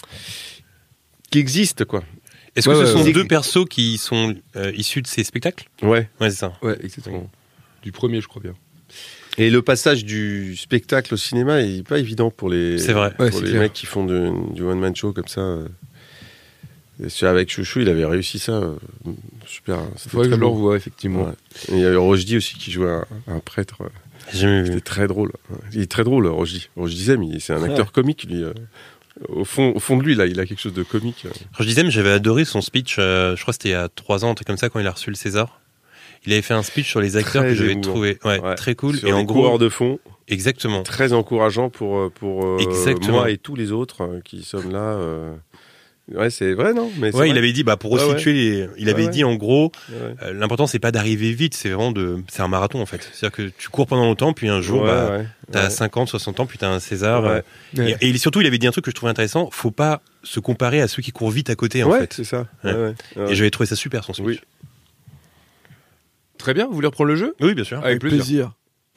qui existe quoi. Est-ce que Ouais, ce ouais, sont ouais. deux persos qui sont euh, issus de ces spectacles? Ouais. Ouais, c'est ça. Ouais, exactement. Du premier, je crois bien. Et le passage du spectacle au cinéma est pas évident pour les, C'est vrai. Ouais, pour c'est les clair. mecs qui font de- du one man show comme ça. euh. Et celui avec Chouchou, il avait réussi ça. euh, Super. Il C'était faudrait que très je le beau. revoie, effectivement. Ouais. Et il y avait Rochdy aussi qui jouait un, un prêtre. euh. J'ai jamais vu. C'était très drôle. Il est très drôle, Rochdy. Rochdy Zem, il- c'est un acteur comique, lui. euh. Au fond, au fond de lui, là, il a quelque chose de comique. euh. Quand je disais, mais j'avais adoré son speech, euh, je crois que c'était il y a trois ans, un truc comme ça, quand il a reçu le César. Il avait fait un speech sur les acteurs Très que j'avais émouvant. trouvé ouais, Ouais. très cool. Sur Et les en gros, coureurs de fond, exactement. très encourageant pour, euh, pour euh, Exactement. moi et tous les autres euh, qui sommes là. euh. Ouais, c'est vrai, non Mais c'est Ouais, il vrai. avait dit, bah, pour Ouais, resituer, les- il avait Ouais, ouais. dit en gros, Ouais. euh, l'important c'est pas d'arriver vite, c'est vraiment de, c'est un marathon en fait. C'est-à-dire que tu cours pendant longtemps, puis un jour, Ouais, bah, ouais, t'as ouais. cinquante, soixante ans, puis t'as un César. Ouais. euh, Ouais. Et, et surtout, il avait dit un truc que je trouvais intéressant, faut pas se comparer à ceux qui courent vite à côté en Ouais, fait. c'est ça. Ouais. Ouais, ouais, ouais. Et j'avais trouvé ça super son speech. Oui. Très bien, vous voulez reprendre le jeu Oui, bien sûr. Avec plaisir.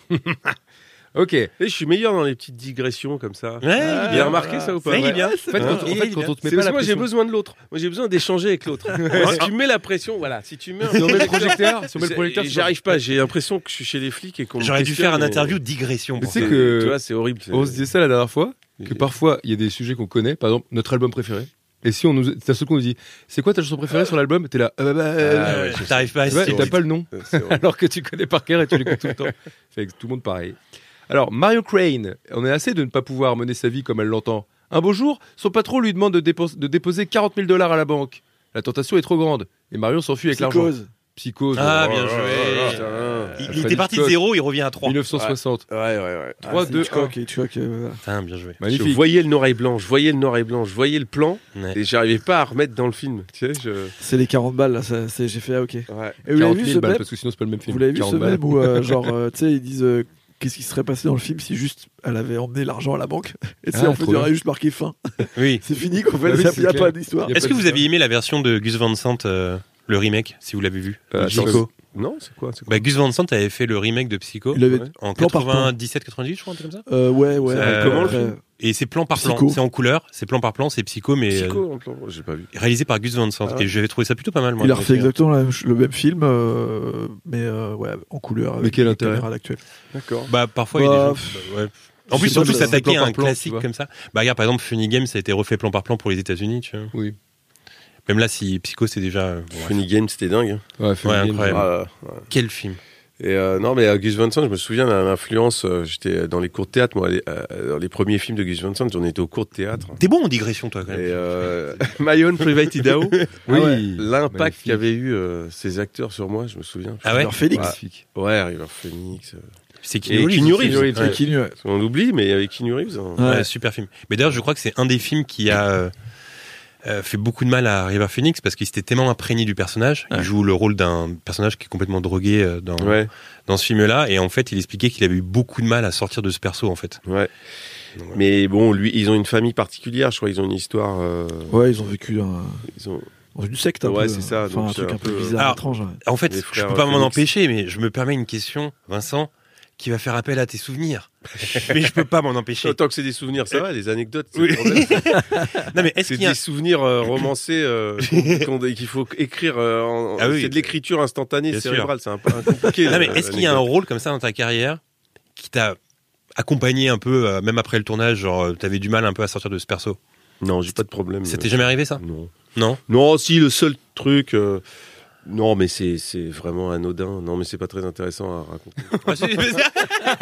Ok. Et je suis meilleur dans les petites digressions comme ça. Ouais, il est Bien bien. remarqué ça ou pas? Ouais, il est bien. En fait, quand, en Il est fait, bien. quand on te met C'est pas parce la que moi j'ai pression, besoin de l'autre. Moi j'ai besoin d'échanger avec l'autre. Si tu me mets la pression, voilà. Si tu mets un si on met le projecteur, si on met le J'ai- projecteur, j'y arrive pas. J'ai l'impression que je suis chez les flics et qu'on. me J'aurais dû faire un questionne, mais- interview de digression. Mais pour tu sais ça. que- Tu vois, c'est horrible. c'est- On se disait ça la dernière fois, que Et- parfois il y a des sujets qu'on connaît, par exemple notre album préféré. Et si on nous, d'un seul coup on nous dit, c'est quoi ta chanson préférée sur l'album? T'es là, ah bah, bah, euh, Ah ouais, Ouais, T'arrives pas à tu vois, essayer. et t'as pas le nom, c'est horrible. alors que tu connais par cœur et tu l'écoutes tout le temps. Fait que tout le monde pareil. Alors Mario Crane, on est assez de ne pas pouvoir mener sa vie comme elle l'entend. Un beau jour, son patron lui demande de, dépos- de déposer quarante mille dollars à la banque. La tentation est trop grande et Marion s'enfuit avec l'argent. Psychose. Psychose. Ah, oh bien là là joué. là Putain. là. Il, il Alfred était parti de Hitchcock, zéro, il revient à trois. mille neuf cent soixante. Ouais, ouais, ouais. trois, Ah, c'est deux, Hitchcock, Hitchcock, euh, voilà. Putain, bien joué. Je Magnifique. voyais le noir et blanc, je voyais le noir et blanc, je voyais le plan Ouais. et j'arrivais pas à remettre dans le film. Tu sais, je. C'est les quarante balles, là. ça- c'est- J'ai fait, ah, ok. Et Ouais. vous l'avez quarante vu mille ce balles, mème parce que sinon c'est pas le même film. Vous l'avez vu ce quarante balles. même où, euh, genre, euh, tu sais, ils disent euh, qu'est-ce qui serait passé dans le film si juste elle avait emmené l'argent à la banque. Et tu sais, Ah, en fait, trop il y aurait bien. juste marqué fin. Oui. C'est fini, qu'en fait, Ah oui, il n'y a, c'est y a clair. pas d'histoire. Y a Est-ce pas que de vous aviez aimé la version de Gus Van Sant, euh, le remake, si vous l'avez vu? Euh, Psycho. attends, Non, c'est quoi, c'est quoi Bah, Gus Van Sant avait fait le remake de Psycho Il avait Ouais. en plan par plan. quatre-vingt-dix-sept quatre-vingt-dix, je crois, un truc comme ça. Euh, ouais, ouais. Ça- après, comment le après, film Et c'est plan par plan, Psycho. c'est en couleur, c'est plan par plan, c'est Psycho, mais euh, Psycho, en plan, j'ai pas vu. réalisé par Gus Van Sant. Ah ouais. Et j'avais trouvé ça plutôt pas mal, moi. Il a je refait me souviens. exactement la même ch- le même film, euh, mais euh, ouais, en couleur. Mais avec quel les intérêt caméras actuelles. D'accord. Bah, parfois, il y a Bah, des gens. pff, bah, ouais. En je plus, sais surtout pas, c'est s'attaquer plan à par un plan, tu classique vois. comme ça. Bah, regarde, par exemple, Funny Games, ça a été refait plan par plan pour les États-Unis, tu vois. Oui. Même là, si Psycho, c'est déjà. euh, bon, Funny Game, c'était dingue. hein. Ouais, Funny Ouais, Games, incroyable. Ah, ouais. Quel film. Et euh, non, mais euh, Gus Van Sant, je me souviens de l'influence. euh, J'étais dans les cours de théâtre, moi, les, euh, dans les premiers films de Gus Van Sant, j'en étais au cours de théâtre. T'es bon en digression, toi, quand Et même. euh, My Own Private Idaho, Oui. Ah ouais, l'impact Magnifique. qu'avaient eu euh, ces acteurs sur moi, je me souviens. Ah ouais Alors, Félix. Magnifique. Ouais, River Phoenix. euh, C'est Et Keanu Reeves. Keanu aussi. Reeves. Ouais. C'est Keanu, ouais. On oublie, mais avec Keanu Reeves. hein. Ouais, Ouais. super film. Mais d'ailleurs, je crois que c'est un des films qui a euh, euh, fait beaucoup de mal à River Phoenix parce qu'il s'était tellement imprégné du personnage. Il Ouais. joue le rôle d'un personnage qui est complètement drogué euh, dans, Ouais, dans ce film-là. Et en fait, il expliquait qu'il avait eu beaucoup de mal à sortir de ce perso, en fait. ouais. Donc, voilà. Mais bon, lui, ils ont une famille particulière, je crois. Ils ont une histoire. euh, Ouais, ils ont vécu un- Ils ont. dans une secte un Ouais, peu. c'est ça, Enfin, donc un truc c'est un un peu peu- bizarre, Alors, étrange. ouais. En fait, Les je frères peux pas m'en Phoenix. empêcher, mais je me permets une question, Vincent, qui va faire appel à tes souvenirs. mais je peux pas m'en empêcher. Tant que c'est des souvenirs, ça va. Les anecdotes, c'est Oui. le problème. Non, mais est-ce C'est qu'il y a... des souvenirs euh, romancés euh, qu'on- qu'il faut écrire. euh, en- Ah oui. C'est de l'écriture instantanée, Bien sûr. cérébrale. C'est un peu un compliqué. Non, mais euh, est-ce qu'il y a un l'anecdote. rôle comme ça dans ta carrière qui t'a accompagné un peu, euh, même après le tournage, genre euh, t'avais du mal un peu à sortir de ce perso? Non, j'ai pas de problème. Ça t'est jamais arrivé, ça? Non. Non? Non, si, le seul truc. euh, Non, mais c'est c'est vraiment anodin. Non, mais c'est pas très intéressant à raconter. Ah, si, mais c'est-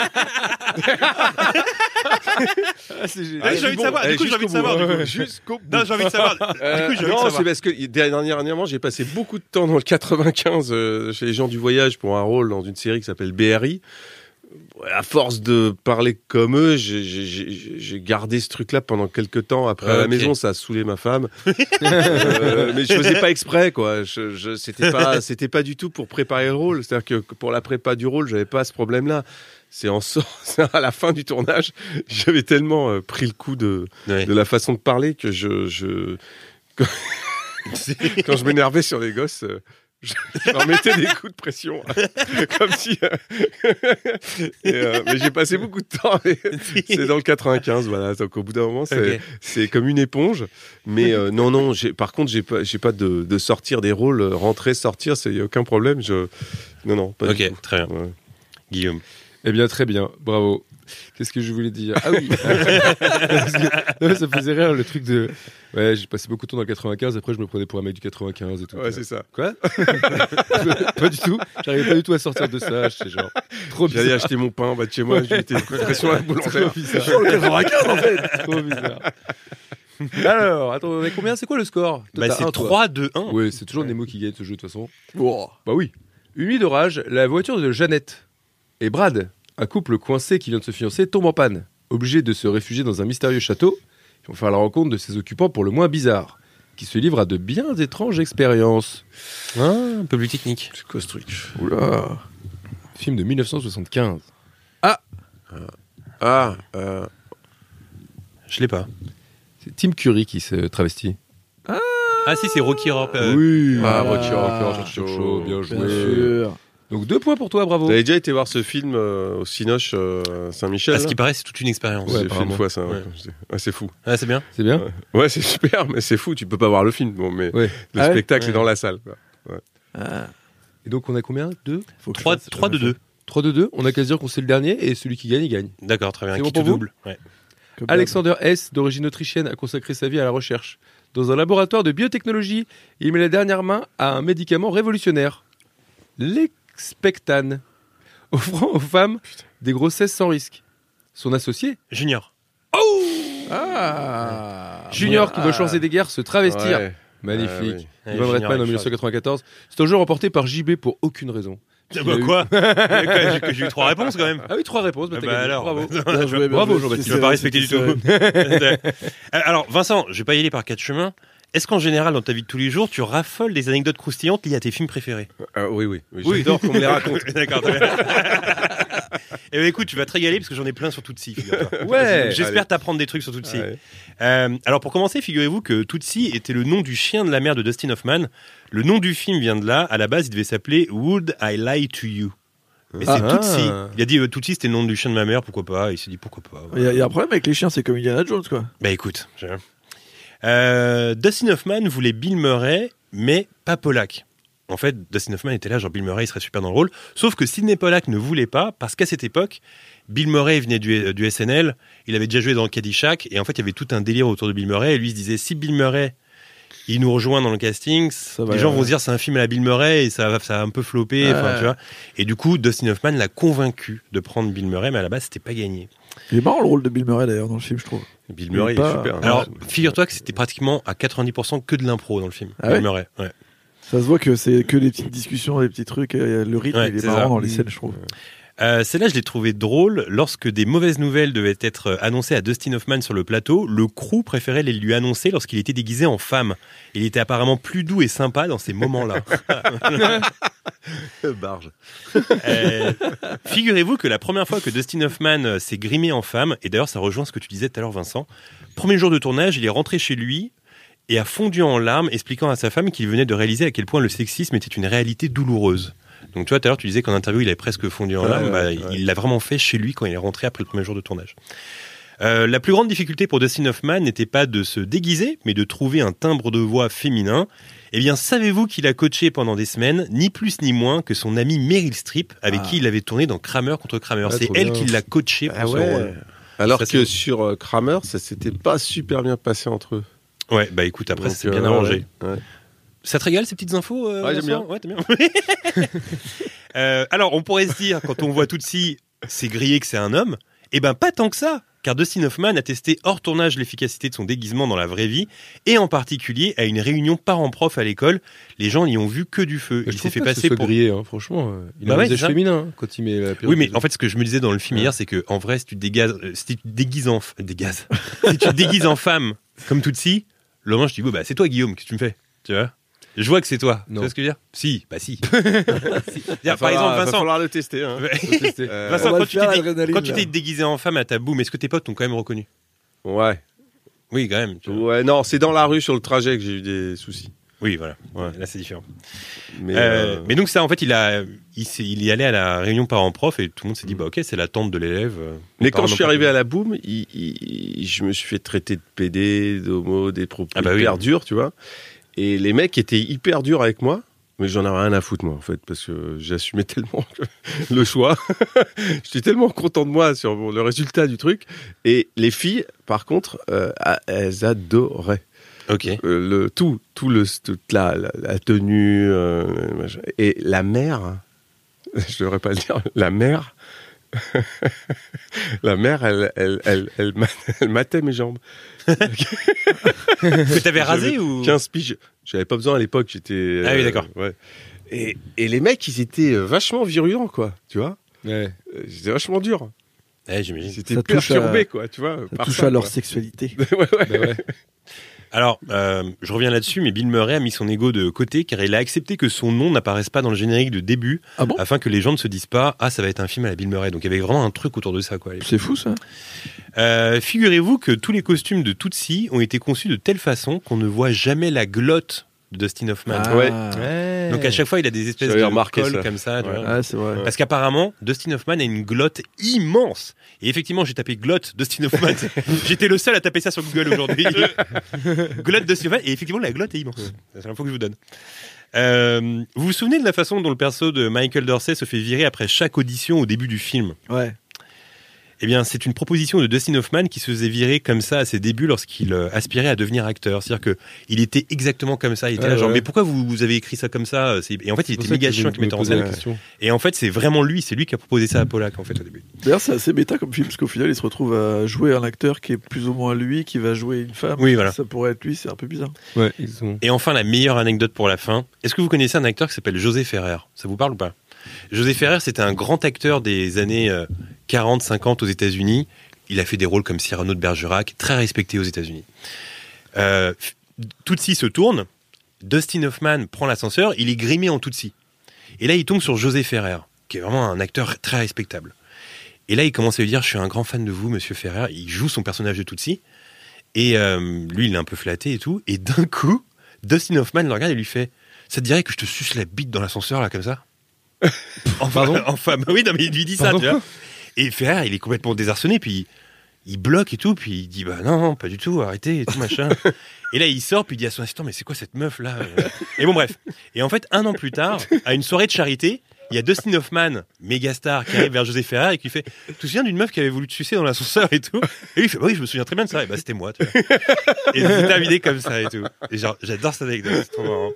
Ah, j'ai envie de savoir, du coup, j'ai envie de savoir, du coup. Jusqu'au bout. Non, j'ai envie de savoir. Euh, Du coup, j'ai envie de non, savoir. c'est parce que dernière- dernièrement, j'ai passé beaucoup de temps dans le quatre-vingt-quinze euh, chez les gens du voyage pour un rôle dans une série qui s'appelle B R I. Ouais, à force de parler comme eux, j'ai- j'ai j'ai- j'ai gardé ce truc-là pendant quelques temps. Après, à la Ok. maison, ça a saoulé ma femme. Euh, mais je faisais pas exprès, quoi. Je, je, c'était pas, c'était pas du tout pour préparer le rôle. C'est-à-dire que pour la prépa du rôle, j'avais pas ce problème-là. C'est en sort, à la fin du tournage, j'avais tellement euh, pris le coup de, Ouais. de la façon de parler que je, je quand, quand je m'énervais sur les gosses, euh, je, je leur mettais des coups de pression, comme si. euh, et, euh, mais j'ai passé beaucoup de temps. et c'est dans le quatre-vingt-quinze, voilà. Donc au bout d'un moment, c'est Ok. c'est comme une éponge. Mais euh, non, non. j'ai- Par contre, j'ai pas, j'ai pas de, de sortir des rôles, euh, rentrer, sortir, c'est y a aucun problème. Je, non, non, pas du Ok, tout. très bien. Ouais. Guillaume. Eh bien, très bien, bravo. Qu'est-ce que je voulais dire? Ah oui Parce que- non, mais ça me faisait rire le truc de. Ouais, j'ai passé beaucoup de temps dans le quatre-vingt-quinze, après je me prenais pour un mec du quatre-vingt-quinze et tout. Ouais, c'est ça. Quoi? Pas du tout. J'arrivais pas du tout à sortir de ça. J'étais genre. Trop J'allais bizarre. acheter mon pain en bas de chez moi, je mettais des coups de pression à la boulangère. Trop bizarre. Sur le quatre-vingt-quinze, en fait. Trop bizarre. Alors, attends, on est combien? C'est quoi le score? Toi, Bah, t'as c'est un, toi. trois, deux, un. Oui, c'est toujours Nemo qui gagne ce jeu de toute façon. Oh. Bah oui. Une nuit d'orage, la voiture de Jeannette et Brad, un couple coincé qui vient de se fiancer, tombe en panne. Obligé de se réfugier dans un mystérieux château, ils vont faire la rencontre de ses occupants pour le moins bizarres, qui se livrent à de bien étranges expériences. Ah, un peu plus technique. C'est quoi ce truc? Oula. Film de mille neuf cent soixante-quinze. Ah, euh, Je l'ai pas. C'est Tim Curry qui se travestit. Ah si, c'est Rocky Horror. euh, oui, Ah, Rocky Horror ah, Picture Show, bien joué. Bien sûr. Donc deux points pour toi, bravo. Vous avez déjà été voir ce film euh, au Cinoche euh, Saint-Michel À ce là qui paraît, c'est toute une expérience. Ouais, j'ai fait une apparemment. fois ça. Ouais. Ouais. C'est- ouais, c'est fou. Ah, c'est bien. C'est bien. Ouais, Ouais, c'est super, mais c'est fou. Tu peux pas voir le film, bon, mais Ouais. le Ah ouais spectacle Ouais. est dans la salle. Quoi. Ah, Et donc on a combien Deux faut que je trois fasse- trois de deux. trois de deux. On a qu'à se dire qu'on c'est le dernier et celui qui gagne, il gagne. D'accord, très bien. C'est Qui bon pour te vous double. Ouais. Comme Alexander Hess, d'origine autrichienne, a consacré sa vie à la recherche. Dans un laboratoire de biotechnologie, il met la dernière main à un médicament révolutionnaire, l'expectane, offrant aux femmes des grossesses sans risque. Son associé, Junior. Ah Junior, qui Ah. veut chancer des guerres, se travestir. Ouais. Magnifique. Ah, oui. Ouais, Ivan Junior Reitman en avec mille neuf cent quatre-vingt-quatorze. C'est un jeu remporté par J B pour aucune raison. Ah Il bah a eu- quoi J'ai que j'ai eu trois réponses quand même. Ah oui, trois réponses. Bah, Ah t'as bah gagné. alors. Bravo. Bien joué, bien Bravo, joué. Jean-Baptiste. Tu vas pas respecter du tout. C'est- Alors, Vincent, je vais pas y aller par quatre chemins. Est-ce qu'en général, dans ta vie de tous les jours, tu raffoles des anecdotes croustillantes liées à tes films préférés? Ah, oui, oui. oui, Oui. J'adore qu'on me les raconte. D'accord, très bien. Eh ben écoute, tu vas te régaler parce que j'en ai plein sur Tootsie. figure-toi. Ouais. Donc, J'espère allez. t'apprendre des trucs sur Tootsie. Ouais. Euh, alors pour commencer, figurez-vous que Tootsie était le nom du chien de la mère de Dustin Hoffman. Le nom du film vient de là. À la base, il devait s'appeler Would I Lie to You. Mais c'est Ah. Tootsie. Il a dit euh, Tootsie, c'était le nom du chien de ma mère, pourquoi pas. Il s'est dit pourquoi pas. Il y, a- il y a un problème avec les chiens, c'est comme Indiana Jones, quoi. Bah écoute, je- euh, Dustin Hoffman voulait Bill Murray, mais pas Pollack. En fait, Dustin Hoffman était là, genre Bill Murray, il serait super dans le rôle. Sauf que Sidney Pollack ne voulait pas, parce qu'à cette époque, Bill Murray venait du, du S N L, il avait déjà joué dans le Caddyshack, et en fait, il y avait tout un délire autour de Bill Murray, et lui il se disait, si Bill Murray, il nous rejoint dans le casting, Ça va, les gens ouais. vont se dire c'est un film à la Bill Murray, et ça va, ça va un peu flopper, enfin, Ouais. tu vois. Et du coup, Dustin Hoffman l'a convaincu de prendre Bill Murray, mais à la base, c'était pas gagné. Il est marrant le rôle de Bill Murray d'ailleurs dans le film, je trouve. Bill Murray, Il est il est pas- super. hein. Alors, Ouais. figure-toi que c'était pratiquement à quatre-vingt-dix pour cent que de l'impro dans le film. Ah Bill ouais Murray, ouais. Ça se voit que c'est que des petites discussions, des petits trucs. et le rythme, Ouais, il est c'est marrant ça. dans les scènes, je trouve. Euh, celle-là, je l'ai trouvé drôle. Lorsque des mauvaises nouvelles devaient être euh, annoncées à Dustin Hoffman sur le plateau, le crew préférait les lui annoncer lorsqu'il était déguisé en femme. Il était apparemment plus doux et sympa dans ces moments-là. Barge. Euh, figurez-vous que la première fois que Dustin Hoffman euh, s'est grimé en femme, et d'ailleurs ça rejoint ce que tu disais tout à l'heure Vincent, premier jour de tournage, il est rentré chez lui et a fondu en larmes, expliquant à sa femme qu'il venait de réaliser à quel point le sexisme était une réalité douloureuse. Donc tu vois, tout à l'heure tu disais qu'en interview il avait presque fondu en Ouais, larmes, ouais, bah, ouais. il l'a vraiment fait chez lui quand il est rentré après le premier jour de tournage. Euh, la plus grande difficulté pour Dustin Hoffman n'était pas de se déguiser, mais de trouver un timbre de voix féminin. Eh bien, savez-vous qu'il a coaché pendant des semaines, ni plus ni moins que son amie Meryl Streep, avec Ah. qui il avait tourné dans Kramer contre Kramer. Ah, C'est trop elle bien. qui l'a coaché pour Ah ce ouais. rôle. Alors Ça, que c'est- sur euh, Kramer, ça s'était pas super bien passé entre eux. Ouais, bah écoute, après, Donc, c'est bien euh, arrangé. ouais, ouais. Ça te régale ces petites infos euh, Ouais, j'aime Vincent bien. Ouais, t'aimes bien. Euh, alors, on pourrait se dire, quand on voit Tootsie, c'est grillé que c'est un homme. Eh ben, pas tant que ça, car Dustin Hoffman a testé hors tournage l'efficacité de son déguisement dans la vraie vie, et en particulier à une réunion parents-prof à l'école. Les gens n'y ont vu que du feu. Je Il s'est trouve fait pas que ce passer soit pour... grillé, hein, franchement. euh, Il a Bah un ouais, visage c'est ça. féminin hein, quand il met la perruque. Oui, mais en fait, ce que je me disais dans le film hier, c'est que en vrai, si tu te dégages, euh, si tu te déguises en, f- dégazes. si tu te déguises en femme comme Tootsie, le lendemain, je te dis, bah, c'est toi, Guillaume, qu'est-ce que tu me fais, tu vois? Je vois que c'est toi. Non. Tu vois ce que je veux dire? Si, bah si. Si. Va Par falloir- exemple, va Vincent, falloir le tester. Hein. Faut tester. Euh, Vincent, On va quand le tu faire, t'es dé- l'adrénaline, quand tu là. t'es déguisé en femme à ta boum, est-ce que tes potes t'ont quand même reconnu? Ouais. Oui, quand même. tu vois. Ouais, non, c'est dans la rue sur le trajet que j'ai eu des soucis. Oui, voilà. Ouais. Là, c'est différent. Mais, Euh, euh, mais donc ça, en fait, il a, il, s'est- il y allait à la réunion parents-prof et tout le monde s'est dit, bah ok, c'est la tante de l'élève. euh, mais les quand parents je n'ont suis pas arrivé connu. à la boum, il- il- je me suis fait traiter de pédé, d'homo, des propos Ah bah oui. hyper durs, tu vois. Et les mecs étaient hyper durs avec moi. Mais j'en avais rien à foutre, moi, en fait, parce que j'assumais tellement le choix. J'étais tellement content de moi sur bon, le résultat du truc. Et les filles, par contre, euh, ah, elles adoraient. Ok. Euh, le, tout, tout le, toute la, la, la tenue. euh, machin. Et la mère, je ne devrais pas le dire, la mère, la mère, elle, elle, elle, elle, ma- elle matait mes jambes. Que t'avais rasé J'avais ou quinze piges. J'avais pas besoin à l'époque, j'étais. Ah oui, d'accord. Ouais. Et, et les mecs, ils étaient euh, vachement virulents, quoi, tu vois. Ouais. Euh, C'était vachement dur. Ouais, j'imagine. Ils étaient Ça touche perturbés, à- quoi, tu vois. Ça par touche ça, à leur quoi. sexualité. Ouais, ouais. Bah ouais. Alors, euh, je reviens là-dessus, mais Bill Murray a mis son ego de côté car il a accepté que son nom n'apparaisse pas dans le générique de début, Ah bon? afin que les gens ne se disent pas, ah, ça va être un film à la Bill Murray. Donc il y avait vraiment un truc autour de ça, quoi. à l'époque. C'est fou ça. Euh, figurez-vous que tous les costumes de Tootsie ont été conçus de telle façon qu'on ne voit jamais la glotte de Dustin Hoffman. Ouais. Ouais. ouais. Donc à chaque fois, il a des espèces J'avais de remarqué cols ça. comme ça. tu Ouais. vois. Ouais, c'est vrai. Parce qu'apparemment, Dustin Hoffman a une glotte immense. Et effectivement, j'ai tapé glotte Dustin Hoffman. J'étais le seul à taper ça sur Google aujourd'hui. Glotte Dustin Hoffman. Et effectivement, la glotte est immense. C'est l'info que je vous donne. Euh, vous vous souvenez de la façon dont le perso de Michael Dorsey se fait virer après chaque audition au début du film ? Ouais. Eh bien, c'est une proposition de Dustin Hoffman qui se faisait virer comme ça à ses débuts lorsqu'il euh, aspirait à devenir acteur. C'est-à-dire qu'il était exactement comme ça. Il était Ouais, là genre, ouais. mais pourquoi vous, vous avez écrit ça comme ça ? C'est- Et en fait, il était méga chiant qui mettait en scène. Et en fait, c'est vraiment lui, c'est lui qui a proposé ça à Pollack en fait au début. D'ailleurs, c'est assez méta comme film, parce qu'au final, il se retrouve à jouer un acteur qui est plus ou moins lui, qui va jouer une femme. Oui, voilà. Ça pourrait être lui, c'est un peu bizarre. Ouais, exactement. Et enfin, la meilleure anecdote pour la fin. Est-ce que vous connaissez un acteur qui s'appelle José Ferrer ? Ça vous parle ou pas ? José Ferrer, c'était un grand acteur des années euh, quarante cinquante aux États-Unis. Il a fait des rôles comme Cyrano de Bergerac, très respecté aux États-Unis. Euh, Tootsie se tourne, Dustin Hoffman prend l'ascenseur, il est grimé en Tootsie. Et là, il tombe sur José Ferrer, qui est vraiment un acteur très respectable. Et là, il commence à lui dire « Je suis un grand fan de vous, monsieur Ferrer ». Il joue son personnage de Tootsie. Et euh, lui, il est un peu flatté et tout. Et d'un coup, Dustin Hoffman le regarde et lui fait « Ça te dirait que je te suce la bite dans l'ascenseur, là, comme ça ?» Enfin, Pardon enfin, bah oui, non, mais il lui dit Pardon ça, tu vois. Et Ferrer, il est complètement désarçonné, puis il, il bloque et tout, puis il dit bah non, non, pas du tout, arrêtez et tout machin. Et là, il sort, puis il dit à son assistant mais c'est quoi cette meuf là ? Et bon, bref. Et en fait, un an plus tard, à une soirée de charité, il y a Dustin Hoffman, méga star, qui arrive vers José Ferrer et qui fait tu te souviens d'une meuf qui avait voulu te sucer dans l'ascenseur et tout ? Et lui, il fait bah oui, je me souviens très bien de ça. Et bah c'était moi, tu vois. Et c'est terminé comme ça et tout. Et genre, j'adore cette anecdote, c'est trop marrant.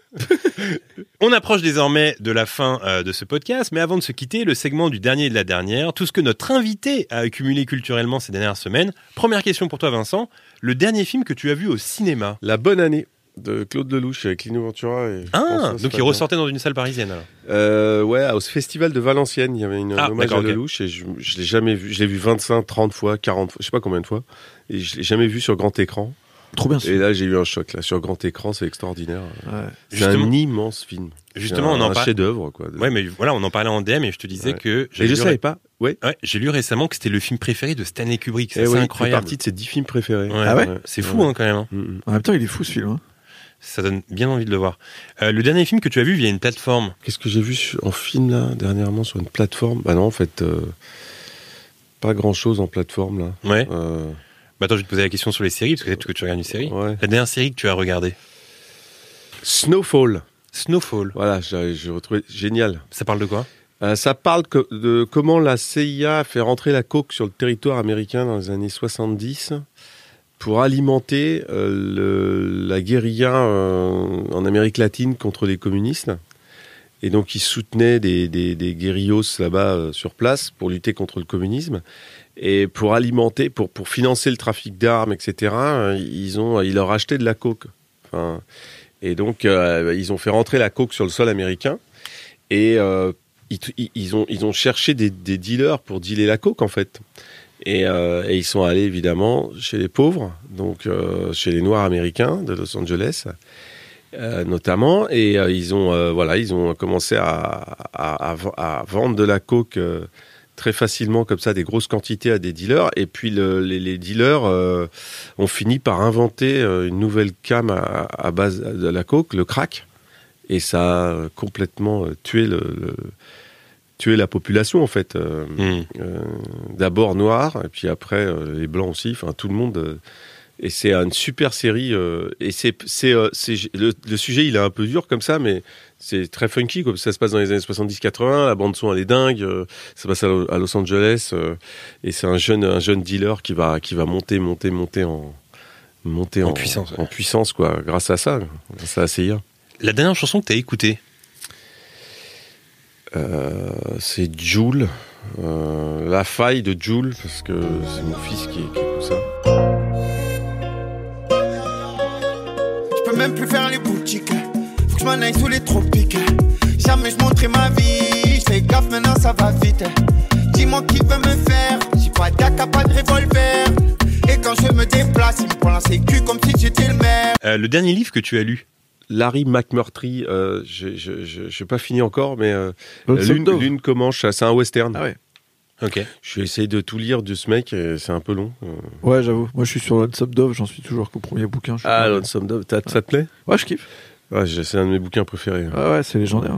On approche désormais de la fin euh, de ce podcast, mais avant de se quitter, le segment du dernier et de la dernière, tout ce que notre invité a accumulé culturellement ces dernières semaines. Première question pour toi, Vincent. Le dernier film que tu as vu au cinéma ? La bonne année de Claude Lelouch avec Lino Ventura. Et Ah, François donc il Fabian. ressortait dans une salle parisienne alors. Euh, ouais, au festival de Valenciennes, il y avait une Ah, un hommage à d'accord, ok. Lelouch et je, je l'ai jamais vu. Je l'ai vu vingt-cinq, trente fois, quarante fois, je sais pas combien de fois. Et je l'ai jamais vu sur grand écran. Trop bien. Et là, j'ai eu un choc. Là, sur grand écran, c'est extraordinaire. Ouais. C'est Justement- un immense film. Justement, C'est on un, en un parle. chef-d'œuvre, quoi. de- Ouais, mais voilà, on en parlait en D M et je te disais Ouais. que Et j'ai je lu, savais pas. Ouais. ouais, j'ai lu récemment que c'était le film préféré de Stanley Kubrick. C'est Eh assez oui, il fait incroyable. partie de ses dix films préférés. Ouais, Ah ouais c'est fou hein, quand même. hein. Mm, mm. En même temps, il est fou ce film. Hein. Ça donne bien envie de le voir. Euh, le dernier film que tu as vu via une plateforme. Qu'est-ce que j'ai vu sur- en film là dernièrement sur une plateforme ? Bah non, en fait, euh, pas grand-chose en plateforme là. Ouais. Euh, Bah attends, je vais te poser la question sur les séries parce que peut-être que tu regardes une série. ouais. La dernière série que tu as regardée, Snowfall. Snowfall. Voilà, j'ai j'ai retrouvé génial. Ça parle de quoi ? Euh, ça parle que- de comment la C I A a fait rentrer la coke sur le territoire américain dans les années soixante-dix pour alimenter euh, le- la guérilla euh, en Amérique latine contre les communistes. Et donc, ils soutenaient des, des, des guérillos là-bas euh, sur place pour lutter contre le communisme. Et pour alimenter, pour, pour financer le trafic d'armes, et cetera, euh, ils, ont, ils leur achetaient de la coke. Enfin, et donc, euh, ils ont fait rentrer la coke sur le sol américain. Et euh, ils, ils, ont, ils ont cherché des, des dealers pour dealer la coke, en fait. Et, euh, et ils sont allés, évidemment, chez les pauvres, donc euh, chez les Noirs américains de Los Angeles, euh, notamment. Et euh, ils, ont, euh, voilà, ils ont commencé à, à, à, à vendre de la coke euh, très facilement, comme ça, des grosses quantités à des dealers. Et puis, le, les, les dealers euh, ont fini par inventer euh, une nouvelle cam à, à base de la coke, le crack. Et ça a complètement euh, tué le... le tuer la population en fait euh, Hmm. euh, d'abord noir et puis après euh, les blancs aussi, enfin tout le monde euh, et c'est une super série euh, et c'est c'est, euh, c'est le, le sujet il est un peu dur comme ça mais c'est très funky comme ça se passe dans les années soixante-dix quatre-vingts, la bande son elle est dingue, euh, ça passe à, à Los Angeles euh, et c'est un jeune un jeune dealer qui va qui va monter monter monter en monter En en, puissance, ouais. en puissance quoi grâce à ça grâce à la C I A. La dernière chanson que tu as écoutée ? Euh, c'est Jul, euh, La Faille de Jul, parce que c'est mon fils qui, qui écoute ça. Je peux même plus faire les boutiques. Faut que je m'en aille sous les tropiques. Jamais je montrais ma vie. Je fais gaffe maintenant ça va vite. Dis-moi qui veut me faire. J'ai pas d'A K, pas de revolver. Et quand je me déplace, il me prend la sécu comme si j'étais le maire. Euh, Le dernier livre que tu as lu ? Larry McMurtry, euh, je je je j'ai pas fini encore, mais euh, Lonesome Lune, Dove. Lune Comanche, c'est un western. Ah ouais. Ok. Je vais essayer de tout lire de ce mec, et c'est un peu long. Euh, Ouais, j'avoue. Moi, je suis sur Lonesome Dove. J'en suis toujours qu'au premier bouquin. je suis Ah, pas- Lonesome Dove, t'as- ça te plaît ? Ouais, je kiffe. Ouais, j'ai- c'est un de mes bouquins préférés. hein. Ah ouais, c'est légendaire.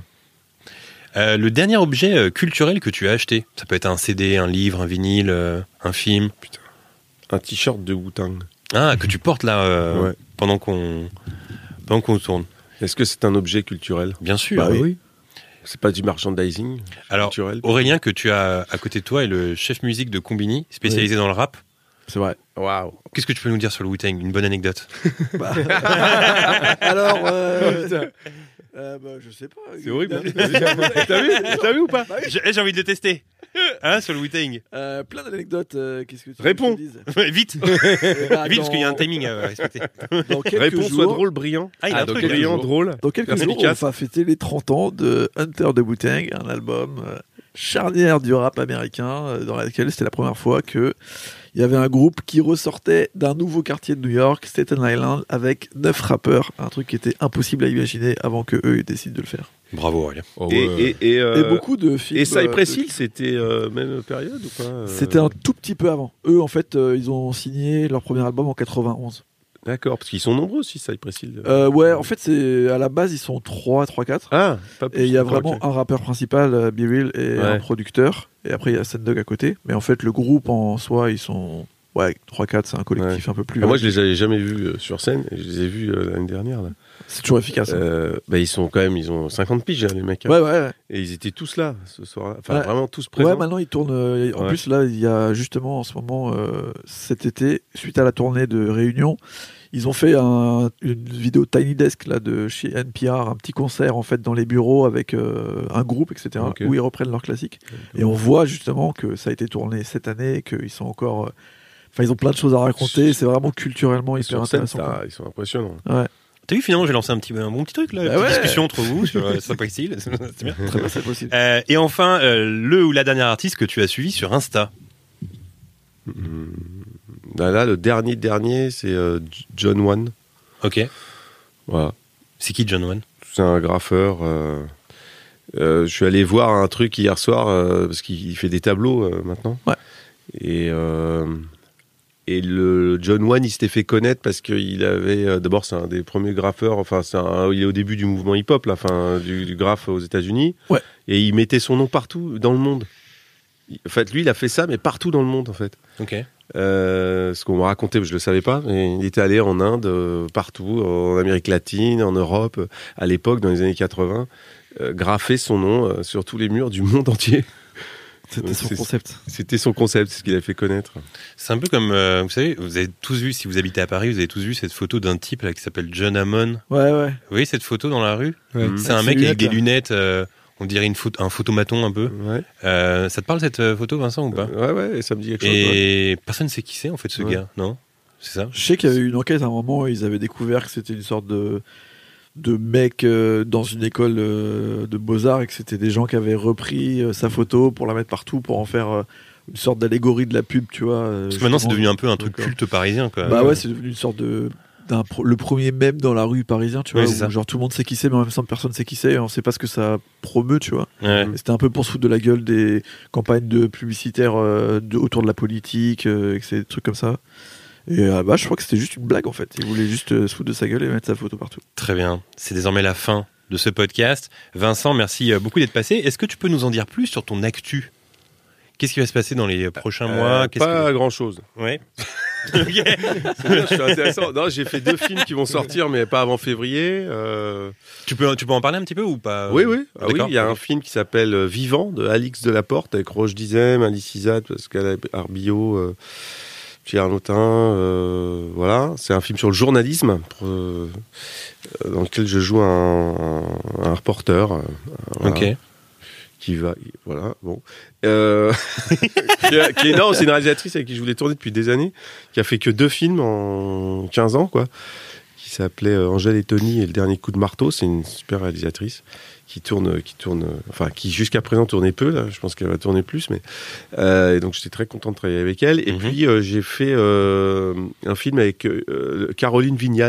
Euh, le dernier objet euh, culturel que tu as acheté, ça peut être un C D, un livre, un vinyle, euh, un film. Un t-shirt de Wu-Tang. Ah, que tu portes là euh, Ouais. pendant qu'on pendant qu'on tourne. Est-ce que c'est un objet culturel? Bien sûr. Bah oui. C'est pas du merchandising Alors, culturel? Aurélien, que tu as à côté de toi, est le chef musique de Combini, spécialisé dans le rap. C'est vrai. Waouh. Qu'est-ce que tu peux nous dire sur le Wu-Tang? Une bonne anecdote. Bah, alors, euh, euh, bah, je sais pas. C'est horrible. hein. T'as vu T'as vu ou pas? Bah oui. J'ai j'ai envie de le tester. Hein, sur le Wu-Tang. Euh, plein d'anecdotes. euh, Qu'est-ce que tu Réponds. veux que je te dise Vite. Eh ben, Vite, parce qu'il y a un dans- timing à respecter. Dans quelques Réponse jours, soit drôle, brillant. Ah, il y a un donc truc. quelques là. Brillant, jours. drôle. Dans quelques jours, Efficace. on va fêter les trente ans de Hunter de Wu-Tang, un album euh, charnière du rap américain, euh, dans lequel c'était la première fois que il y avait un groupe qui ressortait d'un nouveau quartier de New York, Staten Island, avec neuf rappeurs, un truc qui était impossible à imaginer avant que eux ils décident de le faire. Bravo, Aurélien. Oh, Et, ouais. et, et, euh, Et beaucoup de films. et Cypress euh, Hill, c'était euh, même période ou pas euh, C'était un tout petit peu avant. Eux, en fait, euh, ils ont signé leur premier album en quatre-vingt-onze. D'accord, parce qu'ils sont nombreux aussi, Cypress Hill. Euh, ouais, en fait, c'est à la base, ils sont trois, trois, quatre. Ah, pas plus. Et il y a d'accord, vraiment ok. un rappeur principal, euh, B-Real, et Ouais. un producteur. Et après, il y a Sendog à côté. Mais en fait, le groupe en soi, ils sont. Ouais, trois quatre, c'est un collectif un peu plus. Ah, moi, je les avais jamais vus euh, sur scène. Et je les ai vus euh, l'année dernière. Là. C'est toujours efficace. hein. Euh, bah, ils sont quand même, ils ont cinquante piges, hein, les mecs. hein. Ouais, ouais, ouais. Et ils étaient tous là ce soir-là. Enfin, Ouais. vraiment tous présents. Ouais, maintenant ils tournent. euh, en Ouais. plus, là, il y a justement en ce moment, euh, cet été, suite à la tournée de Réunion, ils ont fait un- une vidéo Tiny Desk là, de chez N P R, un petit concert en fait dans les bureaux avec euh, un groupe, et cetera, Ok. où ils reprennent leurs classiques. Et on voit justement que ça a été tourné cette année, qu'ils sont encore. euh, Enfin, ils ont plein de choses à raconter. C'est vraiment culturellement hyper sur scène, intéressant. ça, quoi. ils sont impressionnants. Ouais, T'as vu, finalement, j'ai lancé un, petit, un bon petit truc là. Une Bah petite ouais. discussion entre vous sur euh, Cypress Hill. C'est bien. très bien, c'est possible. Euh, et enfin, euh, le ou la dernière artiste que tu as suivi sur Insta. Hum. Là, là, le dernier dernier, c'est euh, John One. Ok. Voilà. C'est qui John One? C'est un graffeur. euh, euh, je suis allé voir un truc hier soir euh, parce qu'il il fait des tableaux euh, maintenant. Ouais. Et euh, et le John One, il s'était fait connaître parce qu'il avait euh, d'abord c'est un des premiers graffeurs. Enfin, c'est un- il est au début du mouvement hip-hop, là, enfin du, du graphe aux États-Unis. Ouais. Et il mettait son nom partout dans le monde. Il- En fait, lui, il a fait ça, mais partout dans le monde, en fait. Ok. Euh, ce qu'on m'a raconté, je le savais pas, mais il était allé en Inde, euh, partout, en Amérique latine, en Europe, euh, à l'époque, dans les années quatre-vingts, euh, graffer son nom euh, sur tous les murs du monde entier. C'était son C'est- concept. C'était son concept, c'est ce qu'il a fait connaître. C'est un peu comme, euh, vous savez, vous avez tous vu, si vous habitez à Paris, vous avez tous vu cette photo d'un type là, qui s'appelle John Hammond. Ouais, ouais. Vous voyez cette photo dans la rue? Ouais. Mhm. C'est un Avec mec ses avec des lunettes, lunettes, euh, on dirait une photo, un photomaton un peu. Ouais, Euh, ça te parle cette euh, photo, Vincent, ou pas? ouais, ouais, ça me dit quelque chose. ouais. Et personne ne sait qui c'est en fait ce Ouais. gars, non? C'est ça? Je sais qu'il y avait eu une enquête à un moment où ils avaient découvert que c'était une sorte de, de mec euh, dans une école euh, de beaux-arts et que c'était des gens qui avaient repris euh, sa photo pour la mettre partout pour en faire euh, une sorte d'allégorie de la pub, tu vois. euh, Parce que maintenant c'est justement. devenu un peu un truc D'accord. culte parisien, quoi. Bah ouais, c'est devenu une sorte de. D'un pro- le premier mème dans la rue parisien, tu vois, Ouais, c'est où ça. genre tout le monde sait qui c'est, mais en même temps personne sait qui c'est, et on sait pas ce que ça promeut, tu vois. Ouais. Et c'était un peu pour se foutre de la gueule des campagnes de publicitaires euh, de, autour de la politique, euh, et que c'est des trucs comme ça. Et euh, bah, je crois que c'était juste une blague en fait. Il voulait juste euh, se foutre de sa gueule et mettre sa photo partout. Très bien. C'est désormais la fin de ce podcast. Vincent, merci euh, beaucoup d'être passé. Est-ce que tu peux nous en dire plus sur ton actu? Qu'est-ce qui va se passer dans les prochains Euh, mois? Qu'est-ce pas que... grand chose. Ouais. Ok. Je suis intéressant. Non, j'ai fait deux films qui vont sortir, mais pas avant février. Euh... tu, peux, tu peux en parler un petit peu ou pas? Oui, oui. Ah oui, D'accord. il y a un film qui s'appelle euh, Vivant de Alix Delaporte avec Roche Dizem, Alice Izard, Pascal Arbillot, euh, Pierre Notin. Euh, voilà, c'est un film sur le journalisme pour, euh, dans lequel je joue un, un, un reporter. euh, voilà, Ok. Qui va, voilà, bon. Euh, qui, est, qui est- non, c'est une réalisatrice avec qui je voulais tourner depuis des années, qui a fait que deux films en quinze ans, quoi. Qui s'appelait euh, Angèle et Tony et le dernier coup de marteau. C'est une super réalisatrice qui tourne, qui tourne, enfin qui jusqu'à présent tournait peu. Là, je pense qu'elle va tourner plus, mais euh, et donc j'étais très content de travailler avec elle. Et Mhm. puis euh, j'ai fait euh, un film avec euh, Caroline Vignal,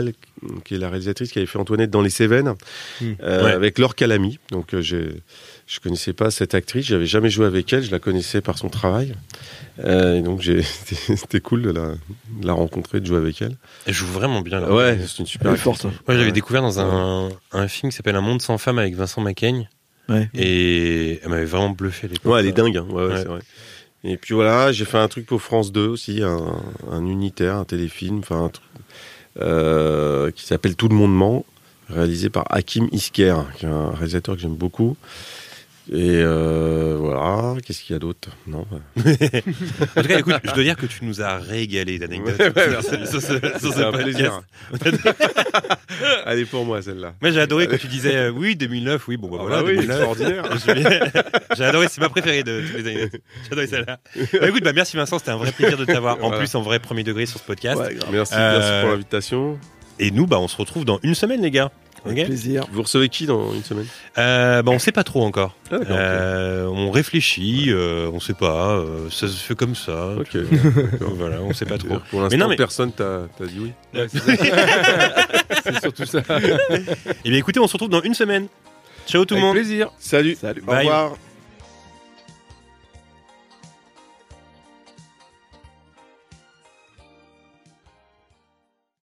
qui est la réalisatrice qui avait fait Antoinette dans les Cévennes, Mm. euh, Ouais. avec Laure Calamy. Donc, euh, j'ai- je connaissais pas cette actrice, j'avais jamais joué avec elle, je la connaissais par son travail. Euh, et donc, j'ai, c'était, c'était cool de la, de la rencontrer, de jouer avec elle. Elle joue vraiment bien là. Ouais, c'est une super Elle est actrice. forte. Moi, je l'avais Ouais. découvert dans un, un film qui s'appelle Un monde sans femme avec Vincent Macaigne. Ouais. Et elle m'avait vraiment bluffé à l'époque. Ouais, elle est dingue. Hein. Ouais, ouais, Ouais. c'est vrai. Et puis voilà, j'ai fait un truc pour France deux aussi, un, un unitaire, un téléfilm, enfin un truc euh, qui s'appelle Tout le monde ment, réalisé par Hakim Isker, qui est un réalisateur que j'aime beaucoup. Et euh, voilà, qu'est-ce qu'il y a d'autre? Non. En tout cas, écoute, je dois dire que tu nous as régalé d'anecdotes Ouais, ouais, merci. sur ce, sur ce C'est un podcast. plaisir. Elle est pour moi celle-là. Moi, j'ai adoré quand tu disais euh, oui, deux mille neuf, oui, bon, bah Ah voilà, bah oui, deux mille neuf. extraordinaire. J'ai- J'ai adoré, c'est ma préférée de toutes les anecdotes. J'ai adoré celle-là. Bah, écoute, bah, merci Vincent, c'était un vrai plaisir de t'avoir en Voilà. plus en vrai premier degré sur ce podcast. Ouais, grave. Merci, Euh, merci pour l'invitation. Et nous, bah, on se retrouve dans une semaine, les gars. Avec Ok. plaisir. Vous recevez qui dans une semaine? Euh, bah, on sait pas trop encore. Ah, d'accord, Euh, On réfléchit, euh, on sait pas, euh, ça se fait comme ça. ok. Voilà, on sait pas trop. Pour l'instant, Mais non, mais- personne t'a, t'a dit oui. Ouais, c'est ça. C'est surtout ça. Eh bien, écoutez, on se retrouve dans une semaine. Ciao tout le Avec monde. plaisir. Salut. Salut. Au Bye. revoir.